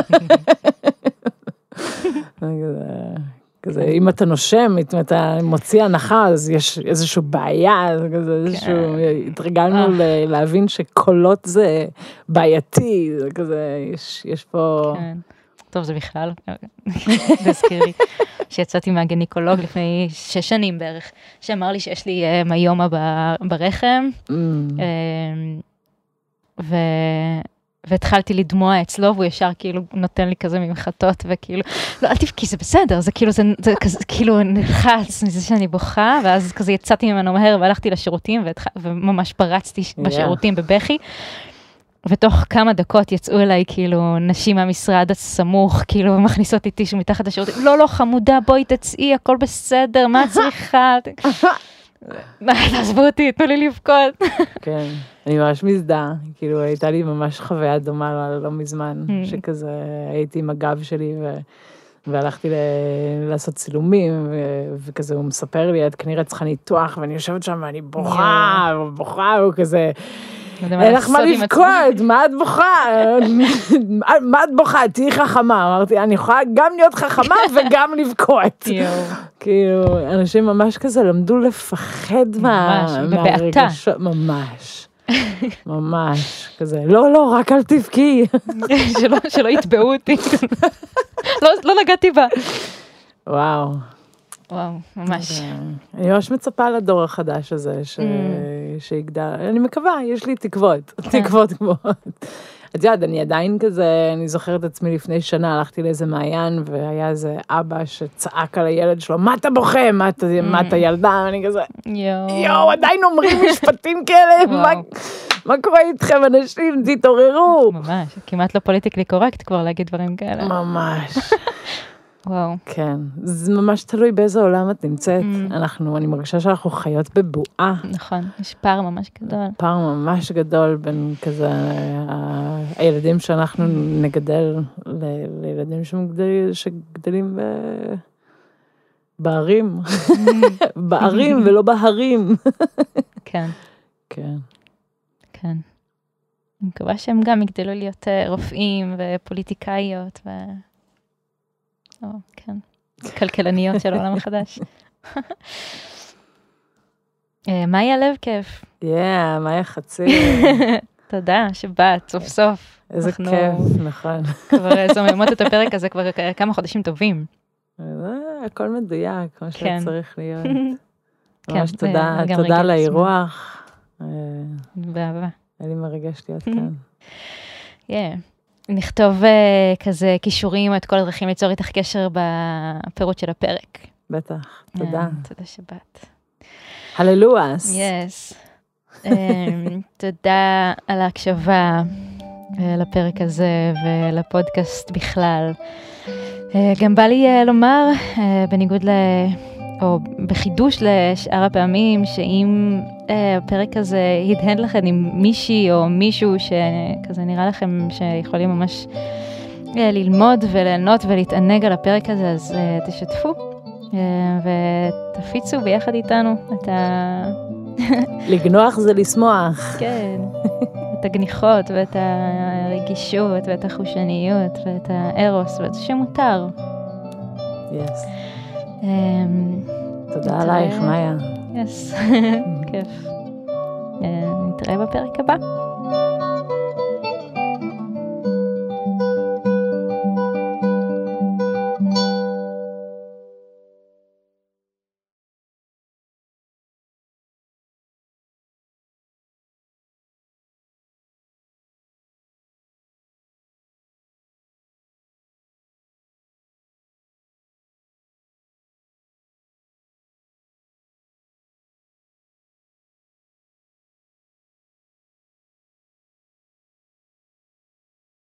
כזה, אם אתה נושם, אם אתה מוציא הנחה, אז יש איזושהי בעיה, התרגלנו להבין שקולות זה בעייתי, זה כזה, יש פה... טוב, זה בכלל, תזכיר לי, שיצאתי מהגניקולוג לפני 6 שנים בערך, שאמר לי שיש לי מיומה ברחם, והתחלתי לדמוע אצלו, והוא ישר כאילו נותן לי כזה ממחטות, וכאילו, לא, אל תבכי, זה בסדר, זה כאילו נלחץ מזה שאני בוכה, ואז כזה יצאתי ממנו מהר, והלכתי לשירותים, וממש פרצתי בשירותים בבכי, ותוך כמה דקות יצאו אליי כאילו נשים מהמשרד הסמוך, כאילו מכניסות לי טישו מתחת לשירותים, לא, חמודה, בואי תצאי, הכל בסדר, מה את צריכה? תעזבו אותי, תנו לי לבכות. כן, אני ממש מזדהה, כאילו הייתה לי ממש חוויה דומה לא מזמן, שכזה הייתי עם הגב שלי והלכתי לעשות צילומים, וכזה הוא מספר לי, את כנראה צריכה ניתוח, ואני יושבת שם ואני בוכה, הוא כזה, אין לך מה לבכות, מה את בוכה? מה את בוכה? תהי חכמה. אמרתי, אני יכולה גם להיות חכמה וגם לבכות. כאילו, אנשים ממש כזה למדו לפחד מהרגשות. ממש. ממש, כזה, לא, רק אל תבכי. שלא יתבעו אותי. לא נגעתי בה. וואו, ממש. אני ממש מצפה לדור החדש הזה, שיגדל, אני מקווה, יש לי תקוות גבוהות. את יודעת, אני עדיין כזה, אני זוכרת את עצמי לפני שנה, הלכתי לאיזה מעיין, והיה איזה אבא שצעק על הילד שלו, מה אתה בוכה? מה אתה ילדה? אני כזה, יואו, עדיין אומרים משפטים כאלה, מה קורה איתכם, אנשים, תתעוררו. ממש, כמעט לא פוליטיקלי קורקט כבר להגיד דברים כאלה. ממש. וואו. כן, זה ממש תלוי באיזה עולם את נמצאת. אני מרגישה שאנחנו חיות בבועה. נכון, יש פער ממש גדול. פער ממש גדול בין כזה, הילדים שאנחנו נגדל, לילדים שגדלים בערים. בערים ולא בהרים. כן. כן. כן. אני מקווה שהם גם יגדלו להיות רופאים ופוליטיקאיות כן. כלכלניות של העולם החדש. מאיה לב כיף. מאיה חצי. תודה שבאת, סוף סוף. איזה כיף, נכון. כבר זוממות את הפרק הזה כבר כמה חודשים טובים. הכל מדויק, כמו שצריך להיות. כן. ממש תודה על האירוח. באהבה. היה לי מרגש להיות כאן. נכתוב כזה קישורים, את כל הדרכים ליצור איתך קשר בפירוט של הפרק. בטח, תודה. תודה שבאת. הללואס. יס. תודה על ההקשבה לפרק הזה ולפודקאסט בכלל. גם בא לי לומר, בניגוד או בחידוש לשאר הפעמים, שאם הפרק הזה ידהן לכם עם מישהי או מישהו שכזה נראה לכם שיכולים ממש ללמוד וליהנות ולהתענג על הפרק הזה, אז תשתפו ותפיצו ביחד איתנו את לגנוח זה לשמוח. כן, את הגניחות ואת הרגישות ואת החושניות ואת הארוס ואת שמותר. יס. תודה עלייך, מאיה. יס, כיף. נתראה בפרק הבא.